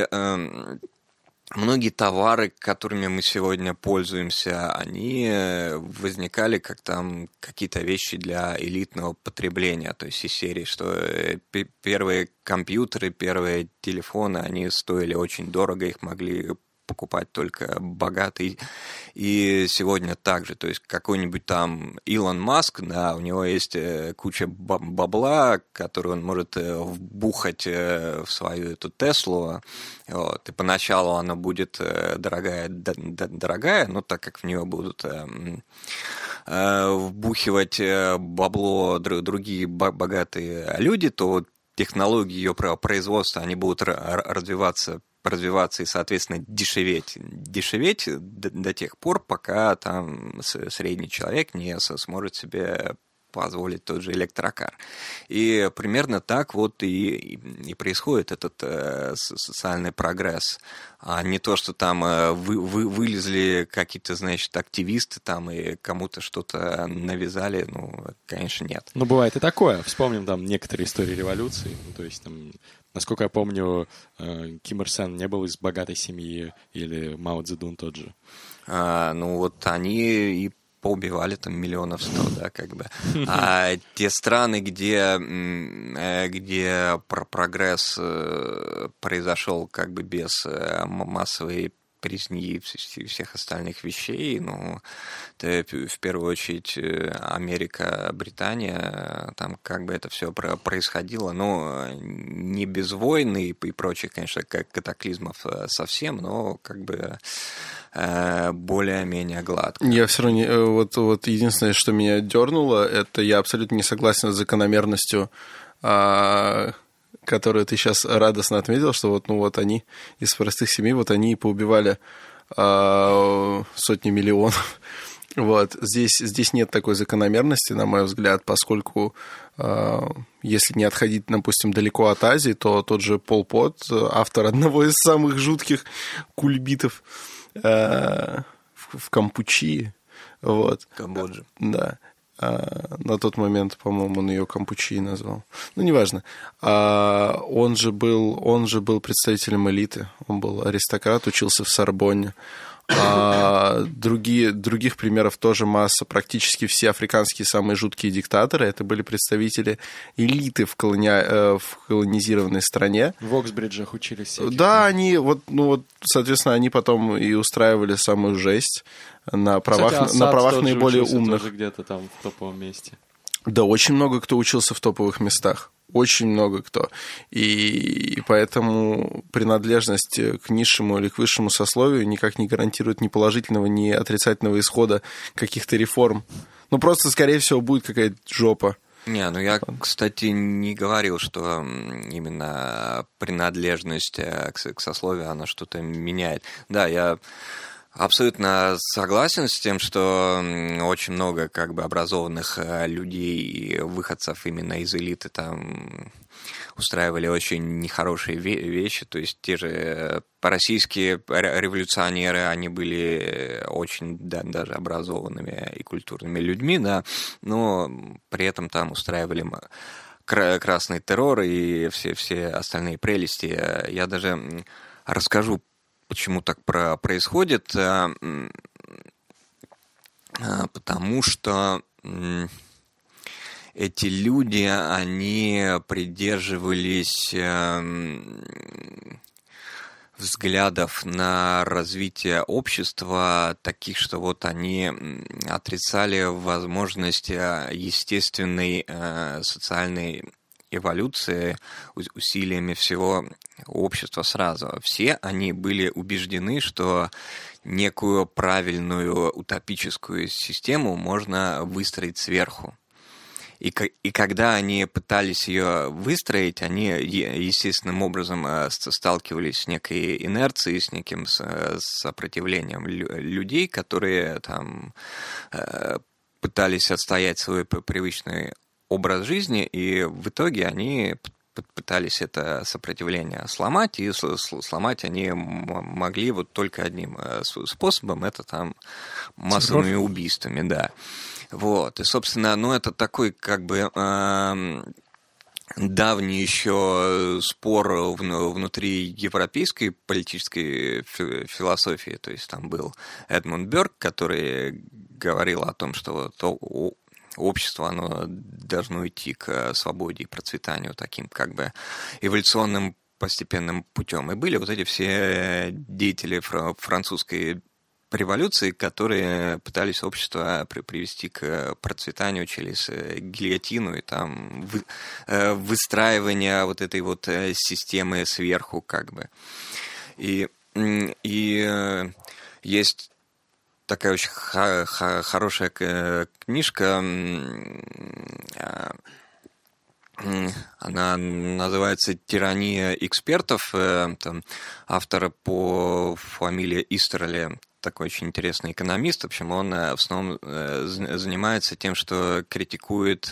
многие товары, которыми мы сегодня пользуемся, они возникали как там какие-то вещи для элитного потребления, то есть из серии, что первые компьютеры, первые телефоны, они стоили очень дорого, их могли покупать только богатые. И сегодня также, то есть какой-нибудь там Илон Маск, да, у него есть куча бабла, которую он может вбухать в свою эту Теслу, вот, и поначалу она будет дорогая, но так как в нее будут вбухивать бабло другие богатые люди, то технологии ее производства, они будут развиваться и, соответственно, дешеветь до тех пор, пока там средний человек не сможет себе позволить тот же электрокар. И примерно так вот и происходит этот социальный прогресс. А не то, что там вылезли какие-то, значит, активисты там и кому-то что-то навязали, ну, конечно, нет. Ну, бывает и такое. Вспомним там некоторые истории революции. Ну, то есть там, насколько я помню, Ким Ир Сен не был из богатой семьи, или Мао Цзэдун тот же. Ну, вот они и поубивали там 100 миллионов, да, как бы. А те страны, где прогресс произошел как бы без массовой резни и всех остальных вещей, ну, это в первую очередь Америка, Британия, там как бы это все происходило, но не без войн и прочих, конечно, катаклизмов совсем, но как бы более-менее гладко. Я все равно не, вот единственное, что меня дернуло, это я абсолютно не согласен с закономерностью, которую ты сейчас радостно отметил, что вот, ну, вот они из простых семей, вот они и поубивали сотни миллионов. Вот. Здесь нет такой закономерности, на мой взгляд, поскольку если не отходить, допустим, далеко от Азии, то тот же Пол Пот, автор одного из самых жутких кульбитов в Кампучии. Вот. Камбоджа. Да. На тот момент, по-моему, он ее Кампучией назвал. Ну, неважно. Он же был представителем элиты. Он был аристократ, учился в Сорбонне. Других примеров тоже масса. Практически все африканские самые жуткие диктаторы это были представители элиты в колонизированной стране. В Оксбриджах учились. Да, они соответственно, они потом и устраивали самую жесть на правах, Кстати, на правах тот наиболее же умных. тоже где-то там в топовом месте. Да, очень много кто учился в топовых местах. Очень много кто. И поэтому принадлежность к низшему или к высшему сословию никак не гарантирует ни положительного, ни отрицательного исхода каких-то реформ. Просто, скорее всего, будет какая-то жопа. Я, кстати, не говорил, что именно принадлежность к сословию, она что-то меняет. Да, я абсолютно согласен с тем, что очень много образованных людей и выходцев именно из элиты там устраивали очень нехорошие вещи. То есть те же российские революционеры, они были очень даже образованными и культурными людьми, да, но при этом там устраивали красный террор и все остальные прелести. Я даже расскажу, почему так происходит, потому что эти люди, они придерживались взглядов на развитие общества таких, что они отрицали возможность естественной социальной эволюции усилиями всего общества сразу. Все они были убеждены, что некую правильную утопическую систему можно выстроить сверху. И когда они пытались ее выстроить, они естественным образом сталкивались с некой инерцией, с неким сопротивлением людей, которые там пытались отстоять свой привычный образ жизни, и в итоге они пытались это сопротивление сломать, и сломать они могли только одним способом, это там массовыми убийствами, да. И, собственно, это такой давний еще спор внутри европейской политической философии, то есть там был Эдмунд Бёрк, который говорил о том, что общество, оно должно идти к свободе и процветанию таким эволюционным постепенным путем. И были эти все деятели французской революции, которые пытались общество привести к процветанию через гильотину и там выстраивание этой системы сверху И есть такая очень хорошая книжка, она называется «Тирания экспертов», там автор по фамилии Истерли, такой очень интересный экономист. В общем, он в основном занимается тем, что критикует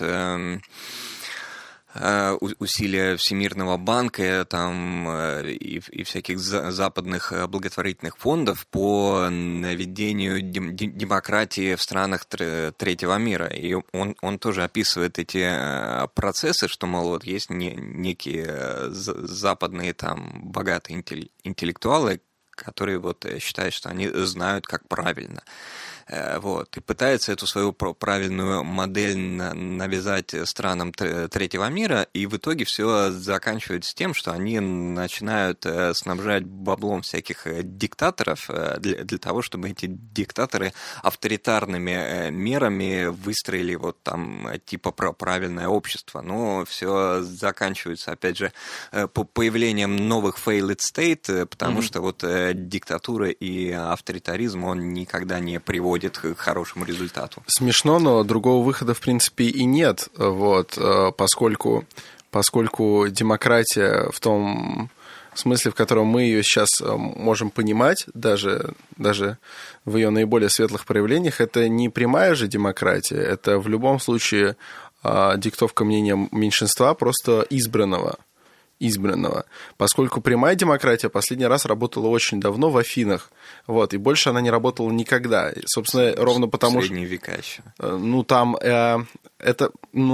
усилия Всемирного банка там, и всяких западных благотворительных фондов по наведению демократии в странах третьего мира. И он тоже описывает эти процессы, что, мол, есть некие западные там богатые интеллектуалы, которые считают, что они знают, как правильно. И пытается эту свою правильную модель навязать странам третьего мира, и в итоге все заканчивается тем, что они начинают снабжать баблом всяких диктаторов для того, чтобы эти диктаторы авторитарными мерами выстроили правильное общество. Но все заканчивается, опять же, появлением новых failed state, потому что диктатура и авторитаризм, он никогда не приводит к хорошему результату. Смешно, но другого выхода, в принципе, и нет, поскольку демократия в том смысле, в котором мы ее сейчас можем понимать, даже в ее наиболее светлых проявлениях, это не прямая же демократия, это в любом случае диктовка мнения меньшинства, просто избранного. избранного. Поскольку прямая демократия последний раз работала очень давно в Афинах, вот, и больше она не работала никогда. И, собственно, ровно потому что... В средние века еще. Там это,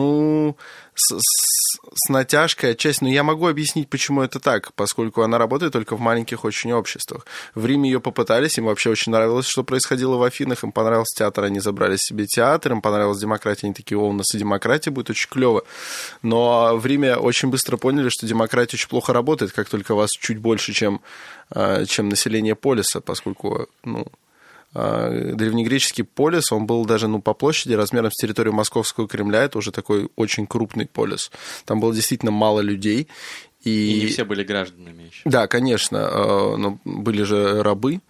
с натяжкой отчасти, но я могу объяснить, почему это так, поскольку она работает только в маленьких очень обществах. В Риме ее попытались, им вообще очень нравилось, что происходило в Афинах, им понравился театр, они забрали себе театр, им понравилась демократия, они такие: у нас и демократия будет очень клево. Но в Риме очень быстро поняли, что демократия очень плохо работает, как только вас чуть больше, чем население полиса, поскольку, древнегреческий полис, он был даже по площади размером с территорию Московского Кремля, это уже такой очень крупный полис. Там было действительно мало людей. И не все были гражданами еще. Да, конечно, но были же рабы,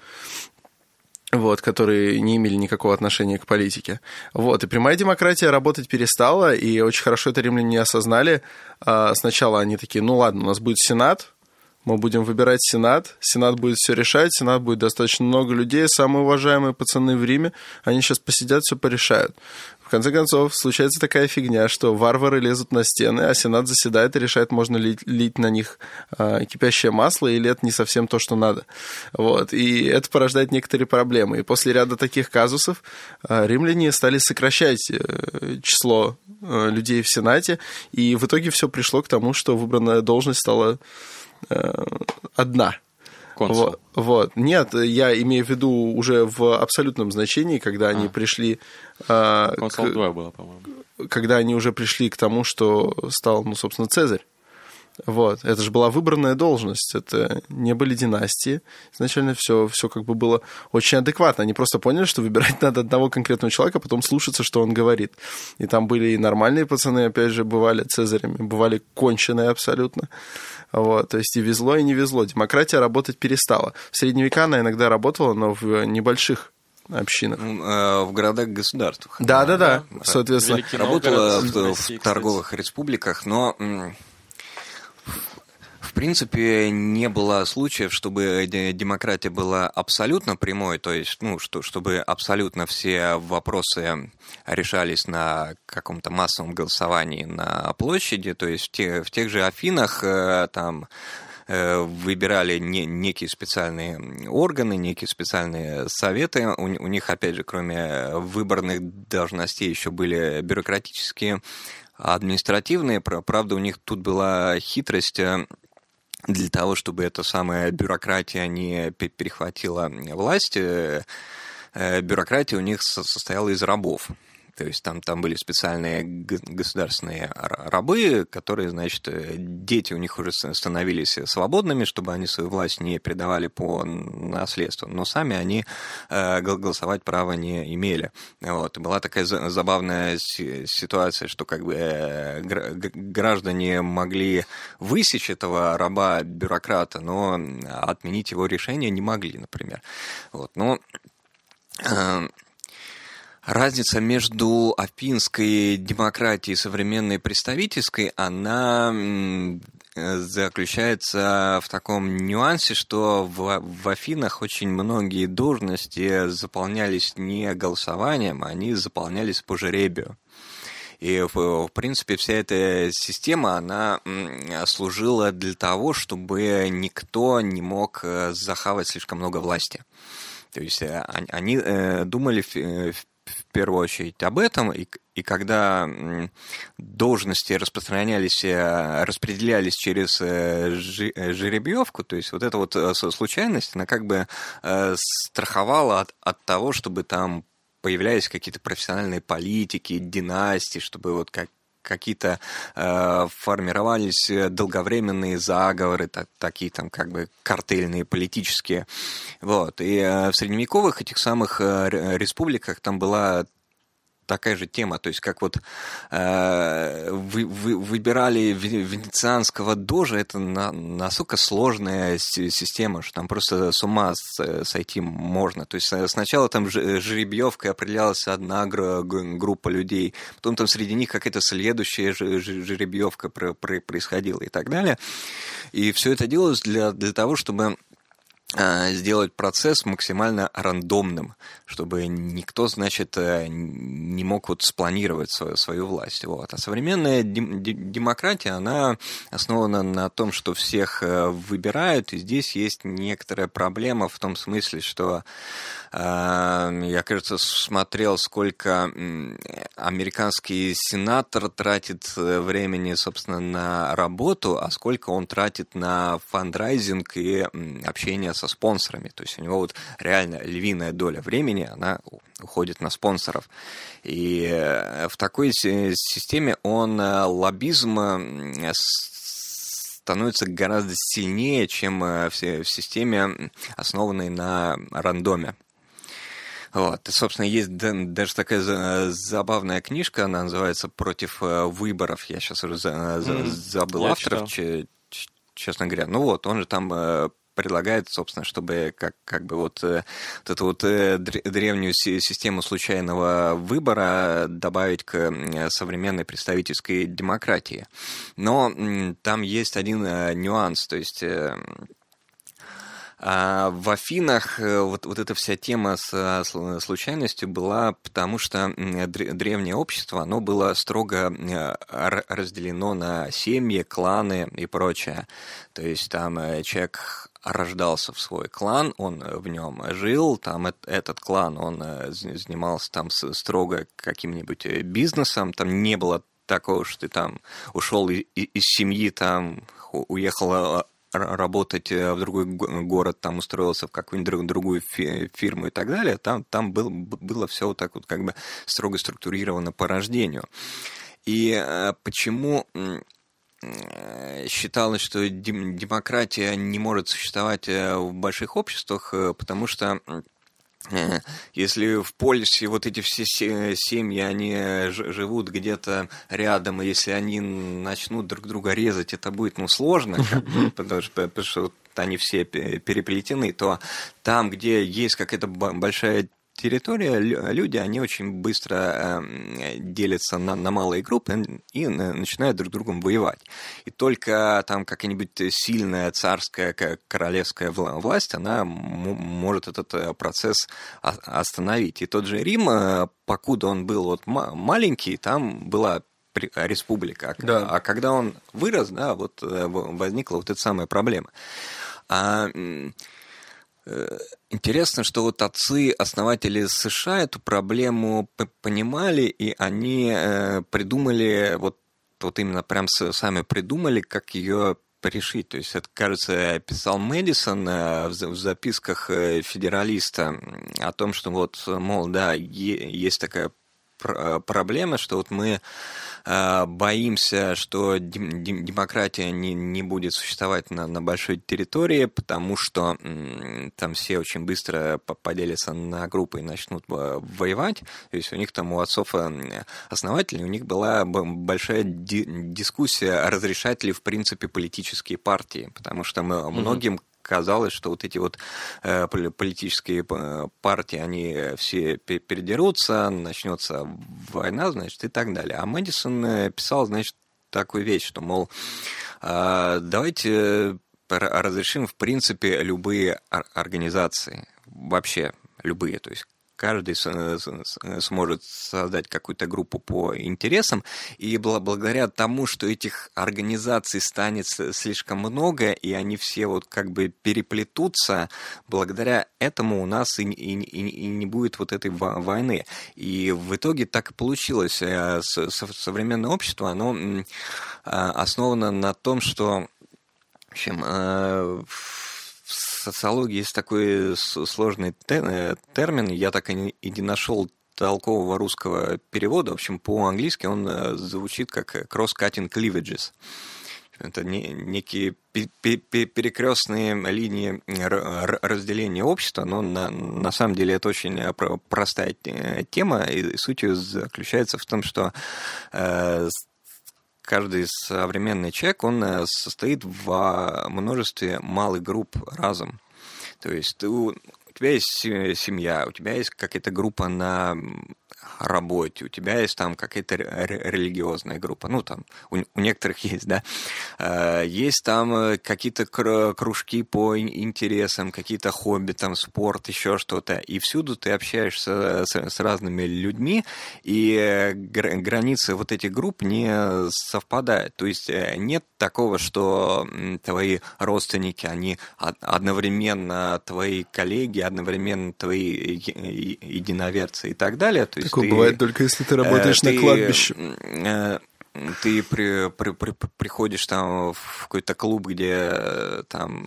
которые не имели никакого отношения к политике. И прямая демократия работать перестала, и очень хорошо это римляне осознали. Сначала они такие: ладно, у нас будет Сенат, мы будем выбирать Сенат будет все решать, Сенат будет достаточно много людей, самые уважаемые пацаны в Риме, они сейчас посидят, все порешают. В конце концов, случается такая фигня, что варвары лезут на стены, а Сенат заседает и решает, можно ли лить на них кипящее масло, или это не совсем то, что надо. И это порождает некоторые проблемы. И после ряда таких казусов римляне стали сокращать число людей в Сенате, и в итоге все пришло к тому, что выбранная должность стала одна. Консул. Нет, я имею в виду уже в абсолютном значении, когда они пришли... Консул 2 было, по-моему. Когда они уже пришли к тому, что стал, собственно, Цезарь. Это же была выбранная должность, это не были династии. Изначально все было очень адекватно. Они просто поняли, что выбирать надо одного конкретного человека, а потом слушаться, что он говорит. И там были и нормальные пацаны, опять же, бывали цезарями, бывали конченые абсолютно. То есть и везло, и не везло. Демократия работать перестала. В средние века она иногда работала, но в небольших общинах. В городах-государствах. Да. Соответственно. Работала в торговых республиках, но... В принципе, не было случаев, чтобы демократия была абсолютно прямой, то есть, чтобы абсолютно все вопросы решались на каком-то массовом голосовании на площади, то есть в тех же Афинах там выбирали некие специальные органы, некие специальные советы. У них, опять же, кроме выборных должностей, еще были бюрократические, административные. Правда, у них тут была хитрость. Для того, чтобы эта самая бюрократия не перехватила власть, бюрократия у них состояла из рабов. То есть там были специальные государственные рабы, которые, значит, дети у них уже становились свободными, чтобы они свою власть не передавали по наследству, но сами они голосовать права не имели. Была такая забавная ситуация, что граждане могли высечь этого раба-бюрократа, но отменить его решение не могли, например. Разница между афинской демократией и современной представительской, она заключается в таком нюансе, что в Афинах очень многие должности заполнялись не голосованием, они заполнялись по жребию. И, в принципе, вся эта система, она служила для того, чтобы никто не мог захавать слишком много власти. То есть они думали в первую очередь об этом, и когда должности распределялись через жеребьевку, то есть эта случайность, она страховала от того, чтобы там появлялись какие-то профессиональные политики, династии, чтобы какие-то формировались долговременные заговоры, такие картельные, политические. И в средневековых этих самых республиках там была такая же тема, то есть выбирали венецианского дожа, это настолько сложная система, что там просто с ума сойти можно. То есть сначала там жеребьевкой определялась одна группа людей, потом там среди них какая-то следующая жеребьевка происходила и так далее. И все это делалось для того, чтобы сделать процесс максимально рандомным, чтобы никто, значит, не мог вот спланировать свою власть. Вот. А современная демократия, она основана на том, что всех выбирают, и здесь есть некоторая проблема в том смысле, что я, кажется, смотрел, сколько американский сенатор тратит времени, собственно, на работу, а сколько он тратит на фандрайзинг и общение со спонсорами. То есть у него вот реально львиная доля времени, она уходит на спонсоров. И в такой системе лоббизм становится гораздо сильнее, чем в системе, основанной на рандоме. Вот. И, собственно, есть даже такая забавная книжка, она называется «Против выборов». Я сейчас уже забыл авторов, честно говоря. Ну вот, он же там предлагает, собственно, чтобы как бы вот эту вот древнюю систему случайного выбора добавить к современной представительской демократии. Но там есть один нюанс, то есть в Афинах вот эта вся тема с случайностью была, потому что древнее общество, оно было строго разделено на семьи, кланы и прочее. То есть там человек рождался в свой клан, он в нем жил, там этот клан, он занимался там строго каким-нибудь бизнесом, там не было такого, что ты там ушел из семьи, там уехал работать в другой город, там устроился в какую-нибудь другую фирму и так далее, там было все вот так вот как бы строго структурировано по рождению. И почему считалось, что демократия не может существовать в больших обществах, потому что если в полисе вот эти все семьи, они живут где-то рядом, и если они начнут друг друга резать, это будет, сложно, потому что они все переплетены, то там, где есть какая-то большая территория, люди, они очень быстро делятся на малые группы и начинают друг с другом воевать. И только там какая-нибудь сильная царская, королевская власть, она может этот процесс остановить. И тот же Рим, покуда он был вот маленький, там была республика. Да. А когда он вырос, да, вот возникла вот эта самая проблема. Интересно, что вот отцы-основатели США эту проблему понимали, и они придумали, вот именно прям сами придумали, как ее решить. То есть это, кажется, писал Мэдисон в записках «Федералиста» о том, что вот, мол, да, есть такая проблема, что вот мы боимся, что демократия не будет существовать на большой территории, потому что там все очень быстро поделятся на группы и начнут воевать. То есть у них там, у отцов-основателей, у них была большая дискуссия, разрешать ли в принципе политические партии, потому что многим казалось, что вот эти вот политические партии, они все передерутся, начнется война, значит, и так далее. А Мэдисон писал, значит, такую вещь, что, мол, давайте разрешим, в принципе, любые организации, вообще любые, то есть каждый сможет создать какую-то группу по интересам, и благодаря тому, что этих организаций станет слишком много, и они все вот как бы переплетутся, благодаря этому у нас и не будет вот этой войны. И в итоге так и получилось. Современное общество, оно основано на том, что, в общем, в социологии есть такой сложный термин, я так и не нашел толкового русского перевода. В общем, по-английски он звучит как cross-cutting cleavages. Это некие перекрестные линии разделения общества, но на самом деле это очень простая тема, и суть ее заключается в том, что каждый современный человек, он состоит в множестве малых групп разом. То есть у тебя есть семья, у тебя есть какая-то группа на работе, у тебя есть там какая-то религиозная группа, ну, там, у некоторых есть, да, есть там какие-то кружки по интересам, какие-то хобби, там, спорт, еще что-то, и всюду ты общаешься с разными людьми, и границы вот этих групп не совпадают, то есть нет такого, что твои родственники, они одновременно твои коллеги, одновременно твои единоверцы и так далее. То есть такое бывает только если ты работаешь на кладбище. Ты приходишь там в какой-то клуб, где там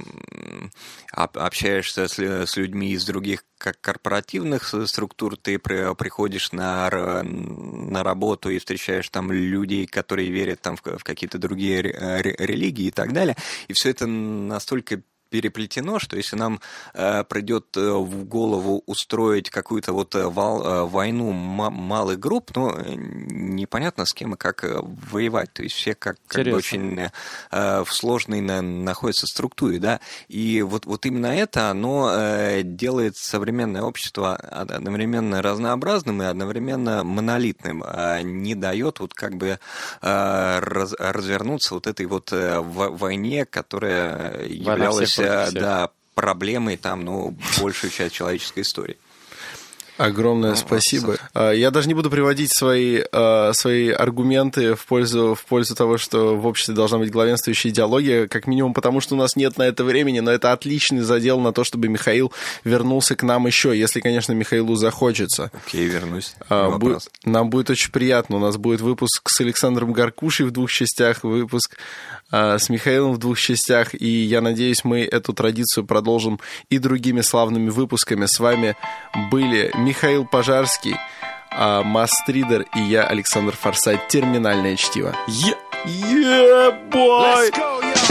общаешься с людьми из других корпоративных структур, ты приходишь на работу и встречаешь там людей, которые верят там в какие-то другие религии и так далее. И все это настолько переплетено, что если нам придет в голову устроить какую-то вот войну малых групп, ну, непонятно с кем и как воевать. То есть все как бы очень в сложной находятся структуре, да. И вот именно это, оно делает современное общество одновременно разнообразным и одновременно монолитным, не дает вот как бы развернуться вот этой вот войне, которая являлась проблемой там, ну, большую часть человеческой истории. Огромное спасибо. Я даже не буду приводить свои аргументы в пользу того, что в обществе должна быть главенствующая идеология, как минимум потому, что у нас нет на это времени, но это отличный задел на то, чтобы Михаил вернулся к нам еще, если, конечно, Михаилу захочется. Окей, вернусь. Нам будет очень приятно. У нас будет выпуск с Александром Гаркушей в 2 частях, выпуск с Михаилом в 2 частях, и я надеюсь, мы эту традицию продолжим и другими славными выпусками. С вами были Михаил Пожарский, Мастридер и я, Александр Форсайт. Терминальное чтиво. Yeah, boy! Let's go, yo!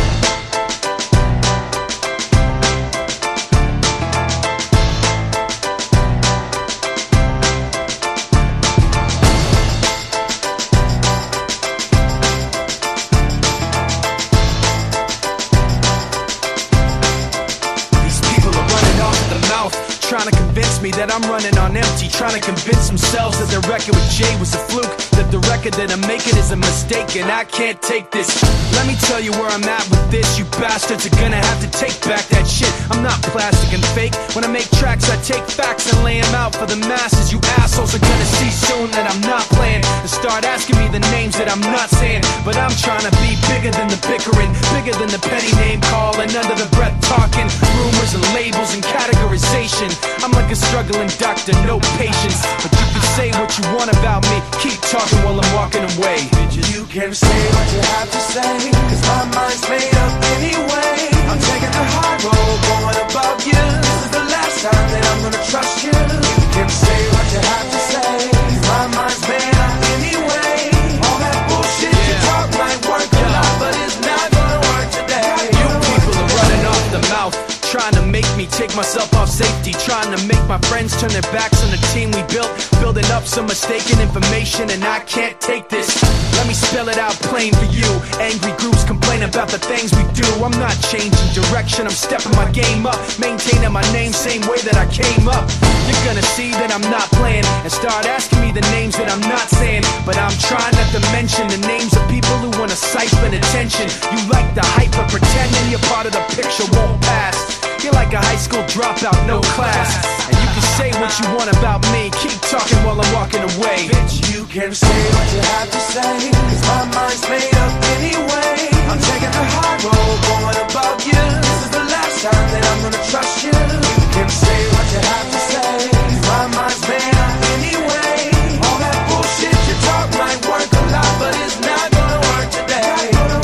Trying to convince me that I'm running on empty, trying to convince themselves that the record with Jay was a fluke, that the record that I'm making is a mistake, and I can't take this. Let me tell you where I'm at with this. You bastards are gonna have to take back that shit. I'm not plastic and fake. When I make tracks, I take facts and lay them out for the masses. You assholes are gonna see soon that I'm not playing, and start asking me the names that I'm not saying. But I'm trying to be bigger than the bickering, bigger than the petty name calling, under the breath talking, rumors and labels and categorization. I'm like a struggling doctor, no patience. But you can say what you want about me, keep talking while I'm walking away. You can say what you have to say, cause my mind's made up anyway. I'm taking the high road, going above you. This is the last time that I'm gonna trust you. You can say what you have to say, cause my mind's made up anyway. All that bullshit you talk might work a lot, but it's not gonna work today. You people are running off the mouth, trying to make me take myself off safety, trying to make my friends turn their backs on the team we built, building up some mistaken information, and I can't take this. Let me spell it out plain for you. Angry groups complain about the things we do. I'm not changing direction, I'm stepping my game up, maintaining my name same way that I came up. You're gonna see that I'm not playing, and start asking me the names that I'm not saying. But I'm trying not to mention the names of people who wanna siphon attention. You like the hype, but pretending you're part of the picture won't pass. You're like a high school dropout, no class. And you can say what you want about me, keep talking while I'm walking away. Bitch, you can say what you have to say, cause my mind's made up anyway. I'm taking the high road, going above you. This is the last time that I'm gonna trust you. You can say what you have to say, cause my mind's made up anyway. All that bullshit you talk might work a lot, but it's not gonna work today.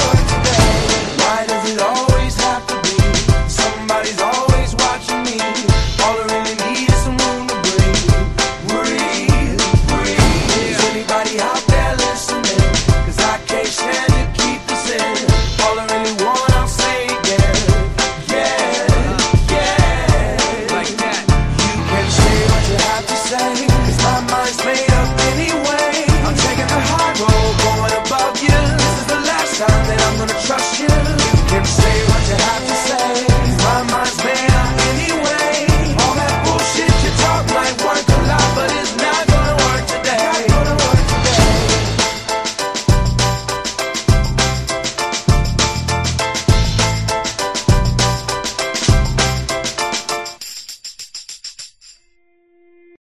Why does it always have to be somebody's always watching me? All I really need is some room to breathe. Is anybody out there listening? Cause I can't stand to keep this in. All I really want, I'll say again. Like that. You can say what you have to say, cause my mind's made up anyway. I'm taking the high road, going above you. This is the last time that I'm gonna trust you.